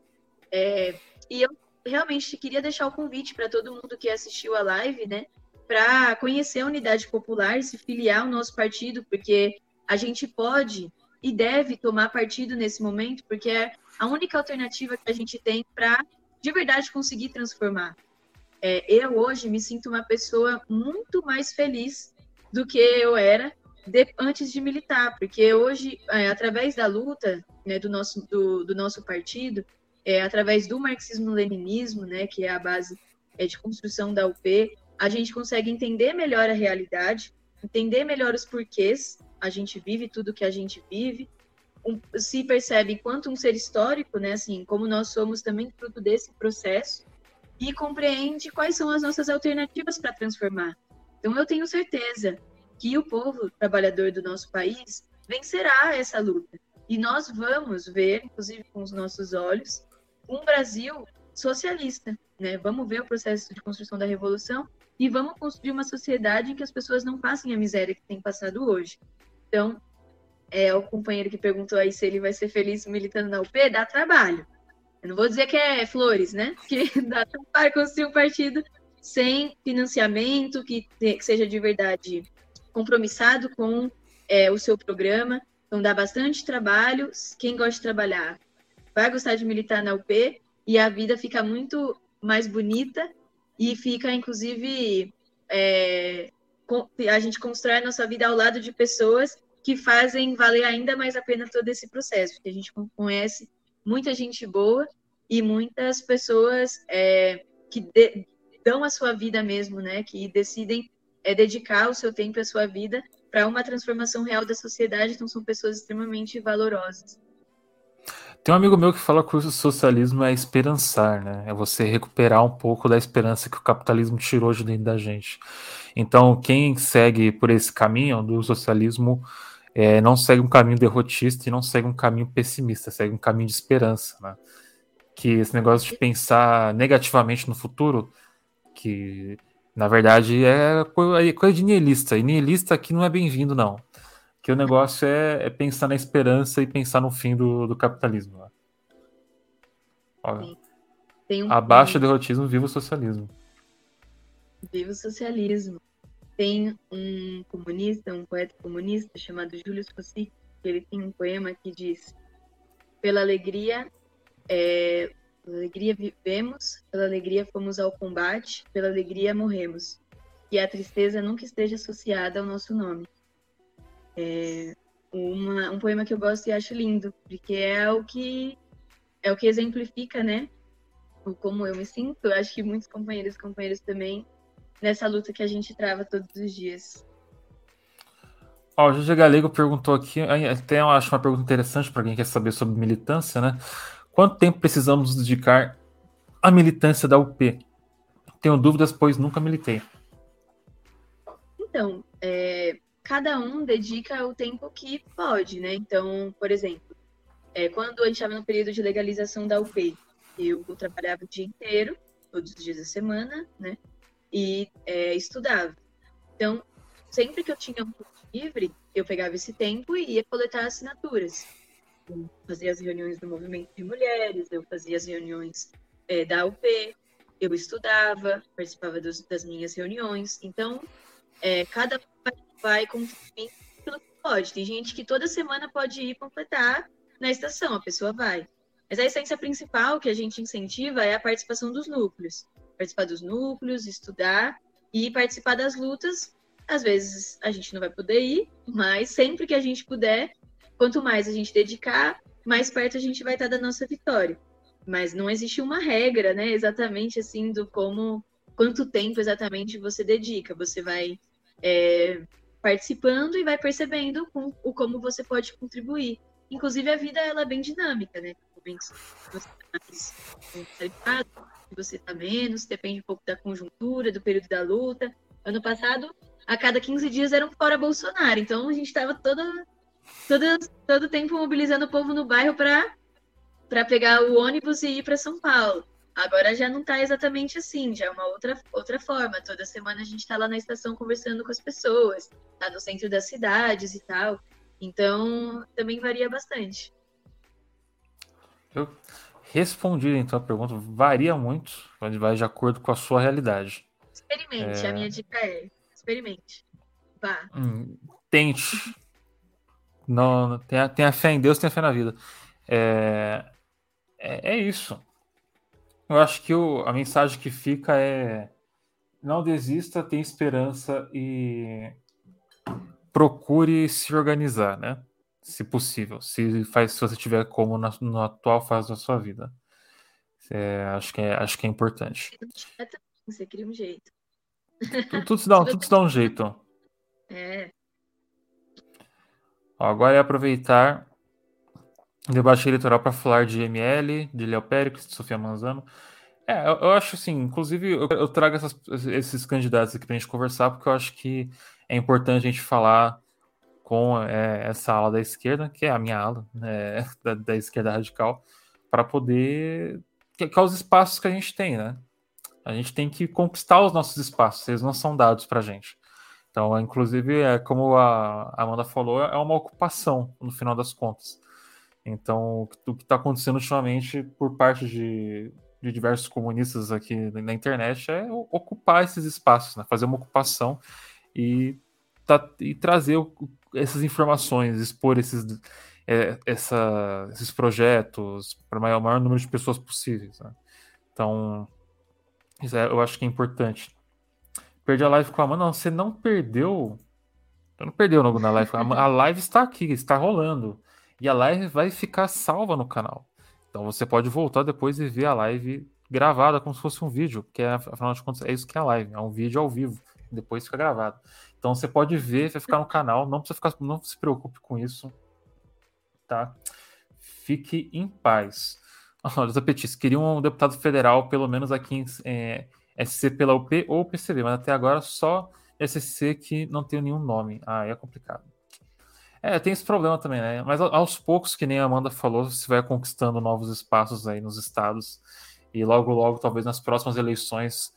É, e eu realmente queria deixar o convite para todo mundo que assistiu a live, né, para conhecer a Unidade Popular e se filiar ao nosso partido, porque a gente pode e deve tomar partido nesse momento, porque é a única alternativa que a gente tem para, de verdade, conseguir transformar. É, eu hoje me sinto uma pessoa muito mais feliz do que eu era de, antes de militar, porque hoje, é, através da luta, né, do, nosso, do, do nosso partido, é, através do marxismo-leninismo, né, que é a base é, de construção da U P, a gente consegue entender melhor a realidade, entender melhor os porquês a gente vive tudo que a gente vive, um, se percebe enquanto um ser histórico, né, assim, como nós somos também fruto desse processo, e compreende quais são as nossas alternativas para transformar. Então, eu tenho certeza que o povo trabalhador do nosso país vencerá essa luta. E nós vamos ver, inclusive com os nossos olhos, um Brasil socialista. Né? Vamos ver o processo de construção da revolução e vamos construir uma sociedade em que as pessoas não passem a miséria que têm passado hoje. Então, é, o companheiro que perguntou aí se ele vai ser feliz militando na U P, dá trabalho. Eu não vou dizer que é flores, né? Que dá para construir um partido sem financiamento, que, te, que seja de verdade compromissado com é, o seu programa. Então, dá bastante trabalho. Quem gosta de trabalhar vai gostar de militar na U P e a vida fica muito mais bonita e fica, inclusive, é, a gente constrói a nossa vida ao lado de pessoas que fazem valer ainda mais a pena todo esse processo, porque a gente conhece muita gente boa e muitas pessoas é, que de, dão a sua vida mesmo, né? Que decidem é, dedicar o seu tempo e a sua vida para uma transformação real da sociedade. Então, são pessoas extremamente valorosas. Tem um amigo meu que fala que o socialismo é esperançar, né? É você recuperar um pouco da esperança que o capitalismo tirou de dentro da gente. Então, quem segue por esse caminho do socialismo é, não segue um caminho derrotista e não segue um caminho pessimista, segue um caminho de esperança, né? Que esse negócio de pensar negativamente no futuro, que Na verdade, é coisa de niilista. E niilista aqui não é bem-vindo, não. Que o negócio é, é pensar na esperança e pensar no fim do, do capitalismo. Né? Ó, Sim. Tem um, abaixo o um derrotismo, viva o socialismo. viva o socialismo. Tem um comunista, um poeta comunista chamado Júlio Fossi, que ele tem um poema que diz: pela alegria, é, pela alegria vivemos, pela alegria fomos ao combate, pela alegria morremos. Que a tristeza nunca esteja associada ao nosso nome. É uma, um poema que eu gosto e acho lindo, porque é o que é o que exemplifica, né, o como eu me sinto. Eu acho que muitos companheiros e companheiras também, nessa luta que a gente trava todos os dias. Ó, o G G Galego perguntou aqui, até eu acho uma pergunta interessante para quem quer saber sobre militância, né? Quanto tempo precisamos nos dedicar à militância da U P? Tenho dúvidas, pois nunca militei. Então, é, cada um dedica o tempo que pode, né? Então, por exemplo, é, quando a gente estava no período de legalização da U P, eu trabalhava o dia inteiro, todos os dias da semana, né? E é, estudava. Então, sempre que eu tinha um tempo livre, eu pegava esse tempo e ia coletar assinaturas. Eu fazia as reuniões do movimento de mulheres, eu fazia as reuniões é, da U P, eu estudava, participava dos, das minhas reuniões. Então, é, cada um vai contribuindo pelo que pode. Tem gente que toda semana pode ir completar na estação, a pessoa vai. Mas a essência principal que a gente incentiva é a participação dos núcleos. Participar dos núcleos, estudar e participar das lutas. Às vezes a gente não vai poder ir, mas sempre que a gente puder, quanto mais a gente dedicar, mais perto a gente vai estar da nossa vitória. Mas não existe uma regra, né, exatamente assim, do como, quanto tempo exatamente você dedica. Você vai é, participando e vai percebendo com, o como você pode contribuir. Inclusive, a vida ela é bem dinâmica, né? Momentos que você está mais tarefado, que você está menos, depende um pouco da conjuntura, do período da luta. Ano passado, a cada quinze dias era um fora Bolsonaro, então a gente estava todo, todo, todo tempo mobilizando o povo no bairro para pegar o ônibus e ir para São Paulo. Agora já não está exatamente assim, já é uma outra, outra forma. Toda semana a gente está lá na estação conversando com as pessoas, está no centro das cidades e tal. Então, também varia bastante. Eu respondi então a pergunta, varia muito, vai de acordo com a sua realidade. Experimente, é... a minha dica é, experimente. Vá. Hum, tente. Não, tenha, tenha fé em Deus, tenha fé na vida. É, é, é isso. Eu acho que o, a mensagem que fica é: não desista, tenha esperança e procure se organizar, né? Se possível, se faz, se você tiver como na, na atual fase da sua vida. É, acho que é, acho que é importante. Você cria um jeito. Tudo, tudo, se dá, tudo se dá um jeito. É. Ó, agora é aproveitar o debate eleitoral para falar de M L, de Léo Pérez, de Sofia Manzano. É, eu, eu acho assim, inclusive eu, eu trago essas, esses candidatos aqui para a gente conversar, porque eu acho que é importante a gente falar com é, essa ala da esquerda, que é a minha ala, né, da, da esquerda radical, para poder. Que, que é os espaços que a gente tem, né? A gente tem que conquistar os nossos espaços, eles não são dados para a gente. Então, inclusive, é, como a Amanda falou, é uma ocupação, no final das contas. Então, o que está acontecendo ultimamente por parte de, de diversos comunistas aqui na internet é ocupar esses espaços, né? Fazer uma ocupação e, tá, e trazer o, essas informações, expor esses, é, essa, esses projetos para o maior, maior número de pessoas possíveis. Né? Então, isso é, eu acho que é importante. Perdi a live com a Amanda. Não, você não perdeu. Você não perdeu na live. A live está aqui, está rolando. E a live vai ficar salva no canal. Então você pode voltar depois e ver a live gravada como se fosse um vídeo, porque afinal de contas é isso que é a live, é um vídeo ao vivo, depois fica gravado. Então você pode ver, vai ficar no canal, não precisa ficar, não se preocupe com isso, tá? Fique em paz. Olha, Petis, queria um deputado federal, pelo menos aqui em é, S C pela U P ou P C V, mas até agora só S C que não tem nenhum nome. Ah, é complicado. É, tem esse problema também, né? Mas aos poucos, que nem a Amanda falou, você vai conquistando novos espaços aí nos estados. E logo, logo, talvez nas próximas eleições,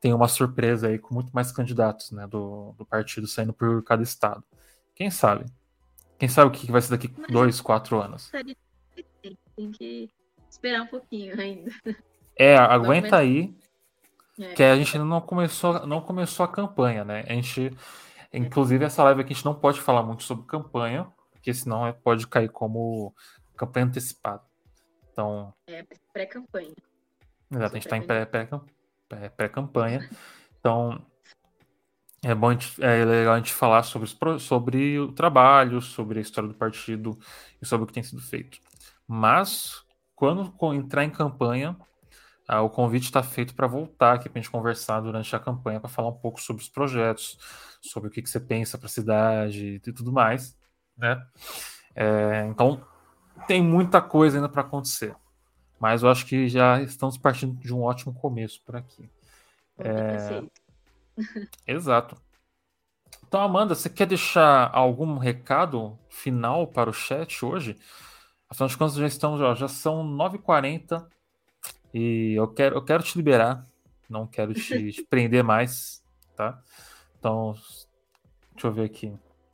tem uma surpresa aí com muito mais candidatos, né, do, do partido saindo por cada estado. Quem sabe? Quem sabe o que vai ser daqui Mas dois, quatro anos? Tem que esperar um pouquinho ainda. É, aguenta menos... aí, é. que a gente ainda não começou, não começou a campanha, né? A gente, inclusive, essa live aqui a gente não pode falar muito sobre campanha, porque senão pode cair como campanha antecipada. Então, é pré-campanha. Exato, a gente está em pré-campanha. Pré então, é bom a gente, é legal a gente falar sobre, os, sobre o trabalho, sobre a história do partido e sobre o que tem sido feito. Mas, quando entrar em campanha, ah, o convite está feito para voltar aqui para a gente conversar durante a campanha, para falar um pouco sobre os projetos, sobre o que, que você pensa para a cidade e tudo mais, né? É, então, tem muita coisa ainda para acontecer. Mas eu acho que já estamos partindo de um ótimo começo por aqui. É... Exato. Então, Amanda, você quer deixar algum recado final para o chat hoje? Afinal de contas, já, estamos, ó, já são nove e quarenta e eu quero, eu quero te liberar. Não quero te, te prender mais, tá? Então, deixa eu ver aqui.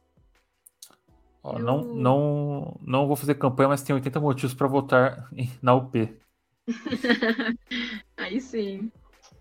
Ó, eu... não, não, não vou fazer campanha, mas tem oitenta motivos para votar na U P. Aí sim.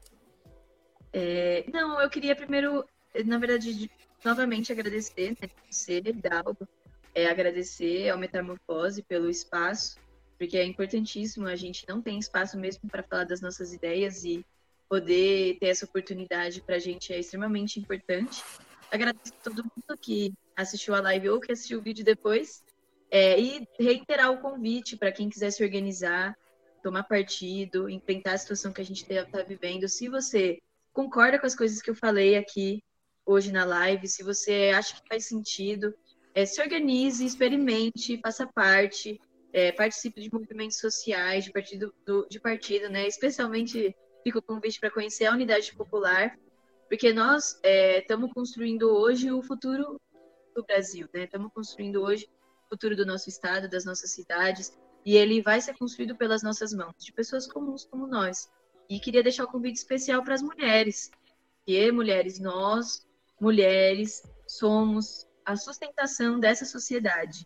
É, não, eu queria primeiro, na verdade, novamente agradecer, né, você, Dalgo, é, agradecer ao Metamorfose pelo espaço, porque é importantíssimo, a gente não tem espaço mesmo para falar das nossas ideias e poder ter essa oportunidade para a gente é extremamente importante. Agradeço a todo mundo que assistiu a live ou que assistiu o vídeo depois, é, e reiterar o convite para quem quiser se organizar, tomar partido, enfrentar a situação que a gente está vivendo. Se você concorda com as coisas que eu falei aqui hoje na live, se você acha que faz sentido, é, se organize, experimente, faça parte, é, participe de movimentos sociais, de partido, do, de partido, né? Especialmente fica o convite para conhecer a Unidade Popular, porque nós estamos é, construindo hoje o futuro do Brasil, né? Estamos construindo hoje o futuro do nosso estado, das nossas cidades, e ele vai ser construído pelas nossas mãos, de pessoas comuns como nós. E queria deixar um convite especial para as mulheres, porque mulheres, nós, mulheres, somos a sustentação dessa sociedade.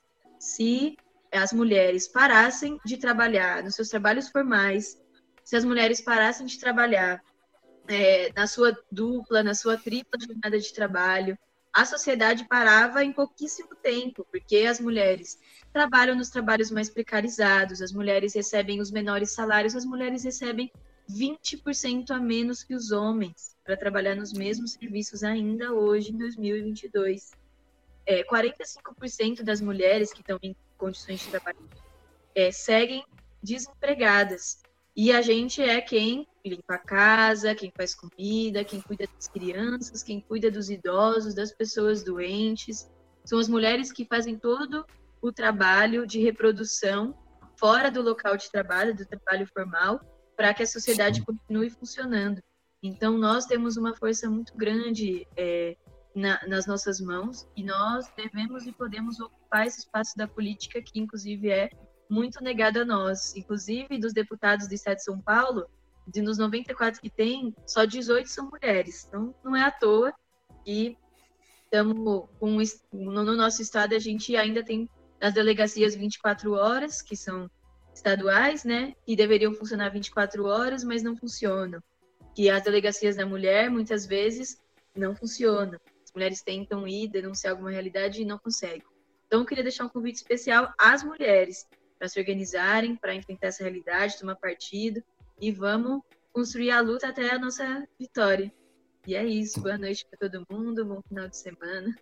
Se as mulheres parassem de trabalhar nos seus trabalhos formais, se as mulheres parassem de trabalhar é, na sua dupla, na sua tripla jornada de trabalho, a sociedade parava em pouquíssimo tempo, porque as mulheres trabalham nos trabalhos mais precarizados, as mulheres recebem os menores salários, as mulheres recebem vinte por cento a menos que os homens para trabalhar nos mesmos serviços ainda hoje, em dois mil e vinte e dois. É, quarenta e cinco por cento das mulheres que estão em condições de trabalho é, seguem desempregadas. E a gente é quem limpa a casa, quem faz comida, quem cuida das crianças, quem cuida dos idosos, das pessoas doentes. São as mulheres que fazem todo o trabalho de reprodução fora do local de trabalho, do trabalho formal, para que a sociedade Sim. continue funcionando. Então, nós temos uma força muito grande é, na, nas nossas mãos e nós devemos e podemos ocupar esse espaço da política que, inclusive, é muito negado a nós. Inclusive, dos deputados do Estado de São Paulo, de nos noventa e quatro que tem, só dezoito são mulheres. Então, não é à toa que estamos com no nosso estado, a gente ainda tem as delegacias vinte e quatro horas, que são estaduais, né, que deveriam funcionar vinte e quatro horas, mas não funcionam. Que as delegacias da mulher, muitas vezes, não funcionam. As mulheres tentam ir denunciar alguma realidade e não conseguem. Então, eu queria deixar um convite especial às mulheres, para se organizarem, para enfrentar essa realidade, tomar partido, e vamos construir a luta até a nossa vitória. E é isso. Boa noite para todo mundo, bom final de semana.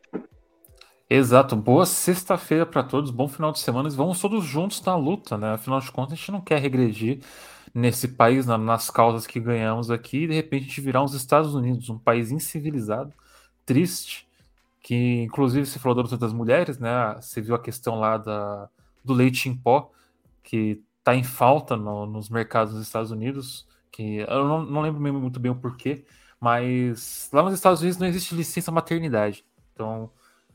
Exato, boa sexta-feira para todos, bom final de semana. E vamos todos juntos na luta, né? Afinal de contas, a gente não quer regredir nesse país, na, nas causas que ganhamos aqui, e de repente a gente virar uns Estados Unidos, um país incivilizado, triste, que inclusive você falou da luta das mulheres, né? Você viu a questão lá da, do leite em pó, que está em falta no, nos mercados dos Estados Unidos, que eu não, não lembro muito bem o porquê, mas lá nos Estados Unidos não existe licença maternidade. Então,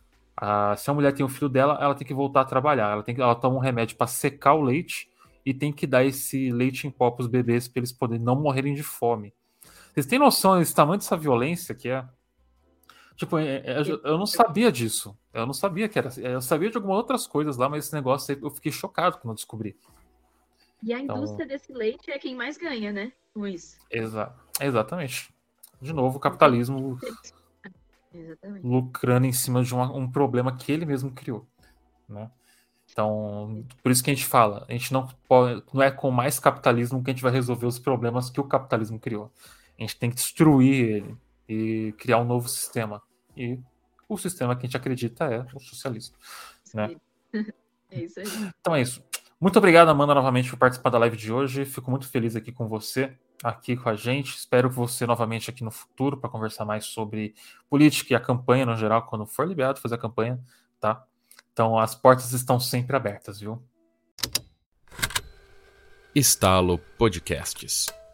a, se a mulher tem um filho dela, ela tem que voltar a trabalhar. Ela, tem que, ela toma um remédio para secar o leite e tem que dar esse leite em pó para os bebês para eles poderem não morrerem de fome. Vocês têm noção desse tamanho dessa violência que é? Tipo, é, é, eu não sabia disso. Eu não sabia que era assim. Eu sabia de algumas outras coisas lá, mas esse negócio aí eu fiquei chocado quando eu descobri. E a Então, indústria desse leite é quem mais ganha, né? Com isso. exa exatamente. De novo, o capitalismo Exatamente. lucrando em cima de uma, um problema que ele mesmo criou, né? Então, por isso que a gente fala, a gente não pode, não é com mais capitalismo que a gente vai resolver os problemas que o capitalismo criou. A gente tem que destruir ele e criar um novo sistema. E o sistema que a gente acredita é o socialismo, né? É isso aí. Então é isso. Muito obrigado, Amanda, novamente por participar da live de hoje. Fico muito feliz aqui com você, aqui com a gente. Espero que você novamente aqui no futuro para conversar mais sobre política e a campanha no geral, quando for liberado fazer a campanha, tá? Então as portas estão sempre abertas, viu? Estalo Podcasts.